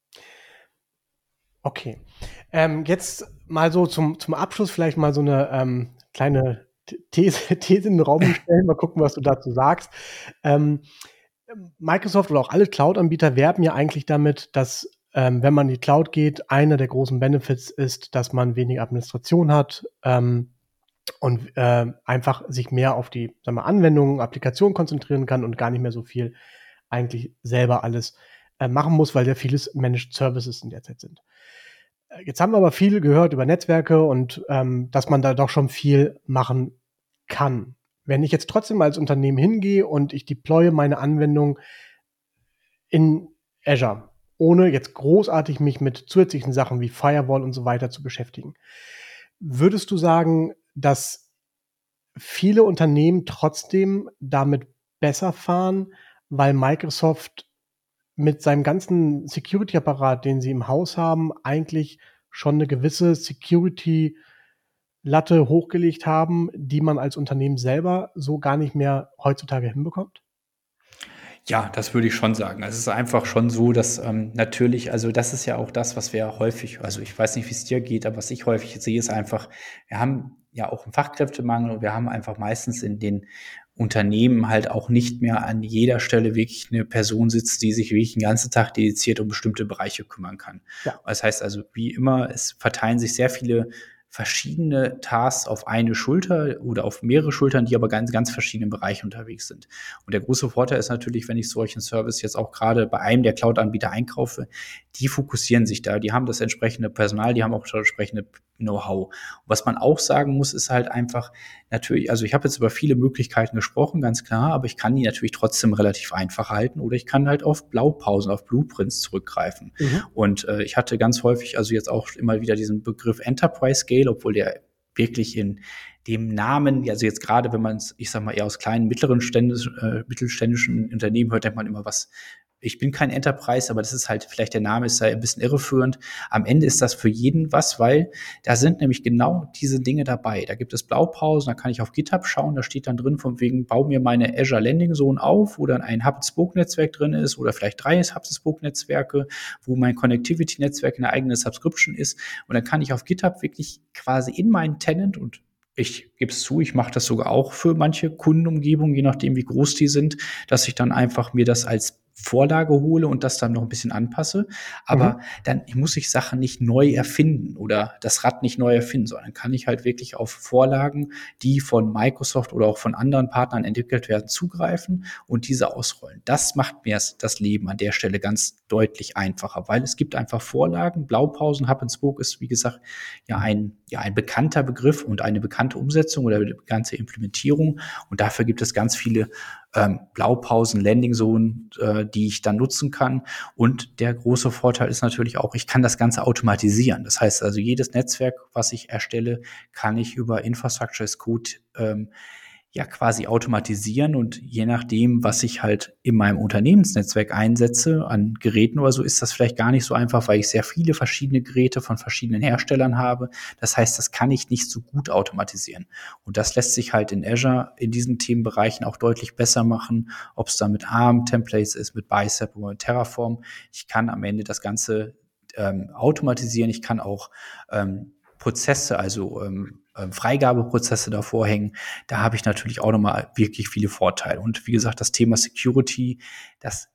Okay. Ähm, jetzt mal so zum, zum Abschluss vielleicht mal so eine ähm, kleine These, These in den Raum stellen. Mal gucken, was du dazu sagst. Ähm, Microsoft oder auch alle Cloud-Anbieter werben ja eigentlich damit, dass, ähm, wenn man in die Cloud geht, einer der großen Benefits ist, dass man weniger Administration hat ähm, und äh, einfach sich mehr auf die, sagen wir, Anwendungen, Applikationen konzentrieren kann und gar nicht mehr so viel eigentlich selber alles äh, machen muss, weil ja vieles Managed Services in der Zeit sind. Jetzt haben wir aber viel gehört über Netzwerke und ähm, dass man da doch schon viel machen kann. Wenn ich jetzt trotzdem als Unternehmen hingehe und ich deploye meine Anwendung in Azure, ohne jetzt großartig mich mit zusätzlichen Sachen wie Firewall und so weiter zu beschäftigen, würdest du sagen, dass viele Unternehmen trotzdem damit besser fahren, weil Microsoft mit seinem ganzen Security-Apparat, den sie im Haus haben, eigentlich schon eine gewisse Security-Latte hochgelegt haben, die man als Unternehmen selber so gar nicht mehr heutzutage hinbekommt? Ja, das würde ich schon sagen. Also es ist einfach schon so, dass ähm, natürlich, also das ist ja auch das, was wir häufig, also ich weiß nicht, wie es dir geht, aber was ich häufig sehe, ist einfach, wir haben ja auch einen Fachkräftemangel und wir haben einfach meistens in den Unternehmen halt auch nicht mehr an jeder Stelle wirklich eine Person sitzt, die sich wirklich den ganzen Tag dediziert um bestimmte Bereiche kümmern kann. Ja. Das heißt also, wie immer, es verteilen sich sehr viele verschiedene Tasks auf eine Schulter oder auf mehrere Schultern, die aber ganz, ganz verschiedene Bereiche unterwegs sind. Und der große Vorteil ist natürlich, wenn ich solchen Service jetzt auch gerade bei einem der Cloud-Anbieter einkaufe, die fokussieren sich da, die haben das entsprechende Personal, die haben auch das entsprechende Know-how. Was man auch sagen muss, ist halt einfach natürlich, also ich habe jetzt über viele Möglichkeiten gesprochen, ganz klar, aber ich kann die natürlich trotzdem relativ einfach halten oder ich kann halt auf Blaupausen, auf Blueprints zurückgreifen. Mhm. Und äh, ich hatte ganz häufig, also jetzt auch immer wieder diesen Begriff Enterprise Scale, obwohl der wirklich in dem Namen, also jetzt gerade, wenn man es, ich sag mal, eher aus kleinen, mittleren ständisch, äh, mittelständischen Unternehmen hört, denkt man immer was. Ich bin kein Enterprise, aber das ist halt, vielleicht der Name ist da ein bisschen irreführend. Am Ende ist das für jeden was, weil da sind nämlich genau diese Dinge dabei. Da gibt es Blaupausen, da kann ich auf GitHub schauen, da steht dann drin, von wegen, bau mir meine Azure Landing Zone auf, wo dann ein Hub-and-Spoke-Netzwerk drin ist oder vielleicht drei Hub-and-Spoke-Netzwerke, wo mein Connectivity-Netzwerk eine eigene Subscription ist. Und dann kann ich auf GitHub wirklich quasi in meinen Tenant, und ich gebe es zu, ich mache das sogar auch für manche Kundenumgebungen, je nachdem, wie groß die sind, dass ich dann einfach mir das als Vorlage hole und das dann noch ein bisschen anpasse. Aber mhm. dann muss ich Sachen nicht neu erfinden oder das Rad nicht neu erfinden, sondern kann ich halt wirklich auf Vorlagen, die von Microsoft oder auch von anderen Partnern entwickelt werden, zugreifen und diese ausrollen. Das macht mir das Leben an der Stelle ganz deutlich einfacher, weil es gibt einfach Vorlagen. Blaupausen, Hub and Spoke ist, wie gesagt, ja ein, ja ein bekannter Begriff und eine bekannte Umsetzung oder eine bekannte Implementierung. Und dafür gibt es ganz viele ähm, Blaupausen, Landing-Zonen, äh, die ich dann nutzen kann. Und der große Vorteil ist natürlich auch, ich kann das Ganze automatisieren. Das heißt also, jedes Netzwerk, was ich erstelle, kann ich über Infrastructure as Code ähm, ja quasi automatisieren und je nachdem, was ich halt in meinem Unternehmensnetzwerk einsetze, an Geräten oder so, ist das vielleicht gar nicht so einfach, weil ich sehr viele verschiedene Geräte von verschiedenen Herstellern habe. Das heißt, das kann ich nicht so gut automatisieren. Und das lässt sich halt in Azure in diesen Themenbereichen auch deutlich besser machen, ob es da mit ARM-Templates ist, mit Bicep oder mit Terraform. Ich kann am Ende das Ganze ähm, automatisieren. Ich kann auch ähm, Prozesse, also ähm, Freigabeprozesse davor hängen, da habe ich natürlich auch nochmal wirklich viele Vorteile. Und wie gesagt, das Thema Security, das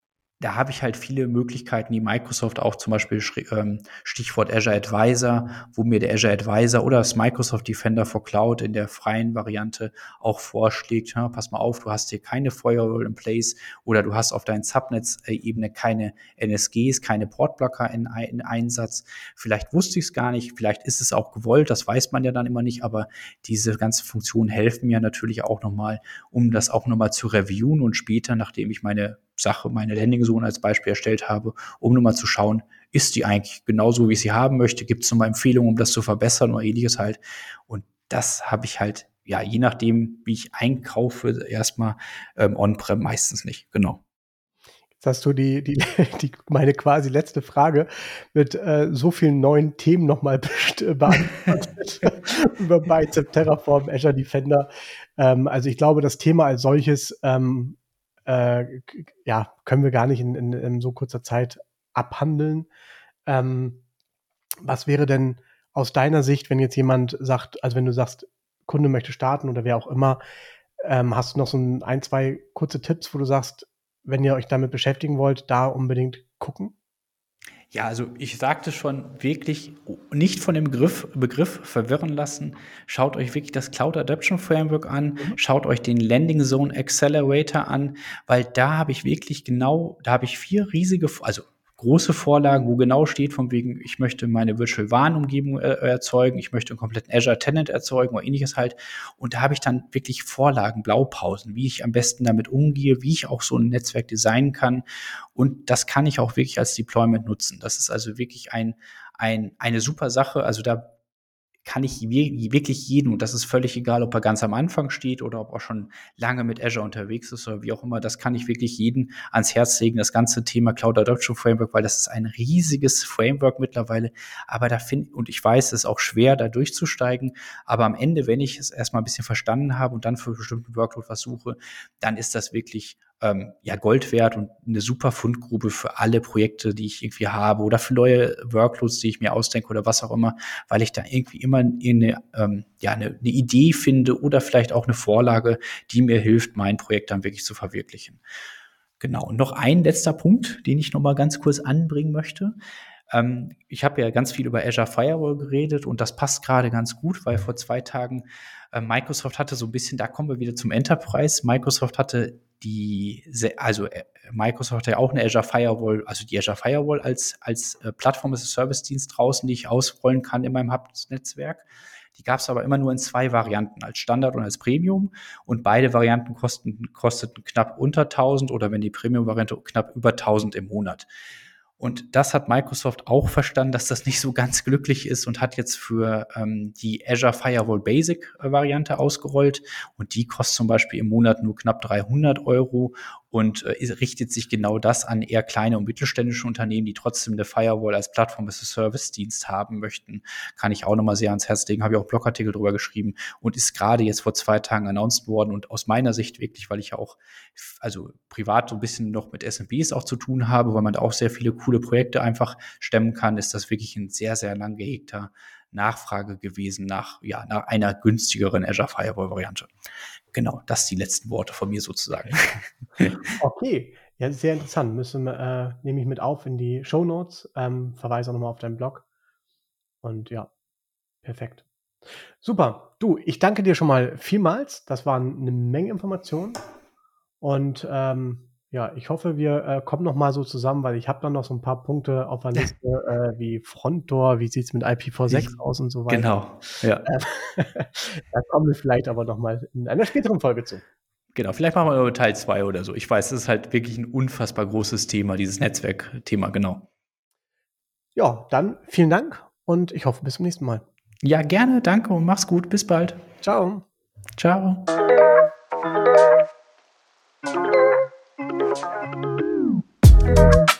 da habe ich halt viele Möglichkeiten, die Microsoft auch zum Beispiel Stichwort Azure Advisor, wo mir der Azure Advisor oder das Microsoft Defender for Cloud in der freien Variante auch vorschlägt, ja, pass mal auf, du hast hier keine Firewall in place oder du hast auf deiner Subnetz-Ebene keine N S Gs, keine Portblocker in, in Einsatz. Vielleicht wusste ich es gar nicht, vielleicht ist es auch gewollt, das weiß man ja dann immer nicht, aber diese ganzen Funktionen helfen mir natürlich auch nochmal, um das auch nochmal zu reviewen und später, nachdem ich meine Sache, meine Landing-Zone als Beispiel erstellt habe, um nochmal zu schauen, ist die eigentlich genauso, wie ich sie haben möchte? Gibt es nochmal Empfehlungen, um das zu verbessern oder ähnliches halt? Und das habe ich halt, ja, je nachdem, wie ich einkaufe, erstmal ähm, on-prem meistens nicht, genau. Jetzt hast du die, die, die meine quasi letzte Frage mit äh, so vielen neuen Themen nochmal beantwortet über Bicep, Terraform, Azure Defender. Ähm, also ich glaube, das Thema als solches ähm, äh, ja, können wir gar nicht in, in, in so kurzer Zeit abhandeln. Ähm, was wäre denn aus deiner Sicht, wenn jetzt jemand sagt, also wenn du sagst, Kunde möchte starten oder wer auch immer, ähm, hast du noch so ein, ein, zwei kurze Tipps, wo du sagst, wenn ihr euch damit beschäftigen wollt, da unbedingt gucken? Ja, also ich sagte schon, wirklich nicht von dem Begriff, Begriff verwirren lassen. Schaut euch wirklich das Cloud Adoption Framework an, Mhm. schaut euch den Landing Zone Accelerator an, weil da habe ich wirklich genau, da habe ich vier riesige, also große Vorlagen, wo genau steht von wegen, ich möchte meine Virtual W A N-Umgebung äh, erzeugen, ich möchte einen kompletten Azure Tenant erzeugen oder ähnliches halt. Und da habe ich dann wirklich Vorlagen, Blaupausen, wie ich am besten damit umgehe, wie ich auch so ein Netzwerk designen kann. Und das kann ich auch wirklich als Deployment nutzen. Das ist also wirklich ein, ein, eine super Sache. Also da kann ich wirklich jedem, und das ist völlig egal, ob er ganz am Anfang steht oder ob er schon lange mit Azure unterwegs ist oder wie auch immer, das kann ich wirklich jedem ans Herz legen, das ganze Thema Cloud Adoption Framework, weil das ist ein riesiges Framework mittlerweile, aber da finde, und ich weiß, es ist auch schwer, da durchzusteigen, aber am Ende, wenn ich es erstmal ein bisschen verstanden habe und dann für bestimmten Workload was suche, dann ist das wirklich ähm, ja, Gold wert und eine super Fundgrube für alle Projekte, die ich irgendwie habe oder für neue Workloads, die ich mir ausdenke oder was auch immer, weil ich da irgendwie immer eine, ähm, ja, eine, eine Idee finde oder vielleicht auch eine Vorlage, die mir hilft, mein Projekt dann wirklich zu verwirklichen. Genau. Und noch ein letzter Punkt, den ich noch mal ganz kurz anbringen möchte. Ähm, ich habe ja ganz viel über Azure Firewall geredet und das passt gerade ganz gut, weil vor zwei Tagen äh, Microsoft hatte so ein bisschen, da kommen wir wieder zum Enterprise. Microsoft hatte die, also äh, Microsoft hat ja auch eine Azure Firewall, also die Azure Firewall als, als äh, Plattform als Service-Dienst draußen, die ich ausrollen kann in meinem Hub-Netzwerk. Die gab es aber immer nur in zwei Varianten, als Standard und als Premium. Und beide Varianten kosten, kosteten knapp unter tausend oder wenn die Premium-Variante knapp über tausend im Monat. Und das hat Microsoft auch verstanden, dass das nicht so ganz glücklich ist und hat jetzt für ähm, die Azure Firewall Basic Variante ausgerollt. Und die kostet zum Beispiel im Monat nur knapp dreihundert Euro und äh, richtet sich genau das an eher kleine und mittelständische Unternehmen, die trotzdem eine Firewall als Plattform as a Service Dienst haben möchten. Kann ich auch nochmal sehr ans Herz legen, habe ich auch einen Blogartikel drüber geschrieben und ist gerade jetzt vor zwei Tagen announced worden und aus meiner Sicht wirklich, weil ich ja auch also privat so ein bisschen noch mit S M Bs auch zu tun habe, weil man da auch sehr viele coole Projekte einfach stemmen kann, ist das wirklich ein sehr, sehr lang gehegter Nachfrage gewesen nach, ja, nach einer günstigeren Azure Firewall Variante. Genau, das die letzten Worte von mir sozusagen. Okay, ja, sehr interessant. Müssen wir, äh, nehme ich mit auf in die Shownotes, ähm, verweise auch nochmal auf deinen Blog. Und ja, perfekt. Super. Du, ich danke dir schon mal vielmals. Das waren eine Menge Informationen. Und ähm, ja, ich hoffe, wir äh, kommen noch mal so zusammen, weil ich habe dann noch so ein paar Punkte auf der Liste, äh, wie Frontdoor, wie sieht's mit I P v sechs aus und so weiter. Genau, ja. Ähm, da kommen wir vielleicht aber noch mal in einer späteren Folge zu. Genau, vielleicht machen wir Teil zwei oder so. Ich weiß, das ist halt wirklich ein unfassbar großes Thema, dieses Netzwerkthema, genau. Ja, dann vielen Dank und ich hoffe, bis zum nächsten Mal. Ja, gerne, danke und mach's gut. Bis bald. Ciao. Ciao. Thank you.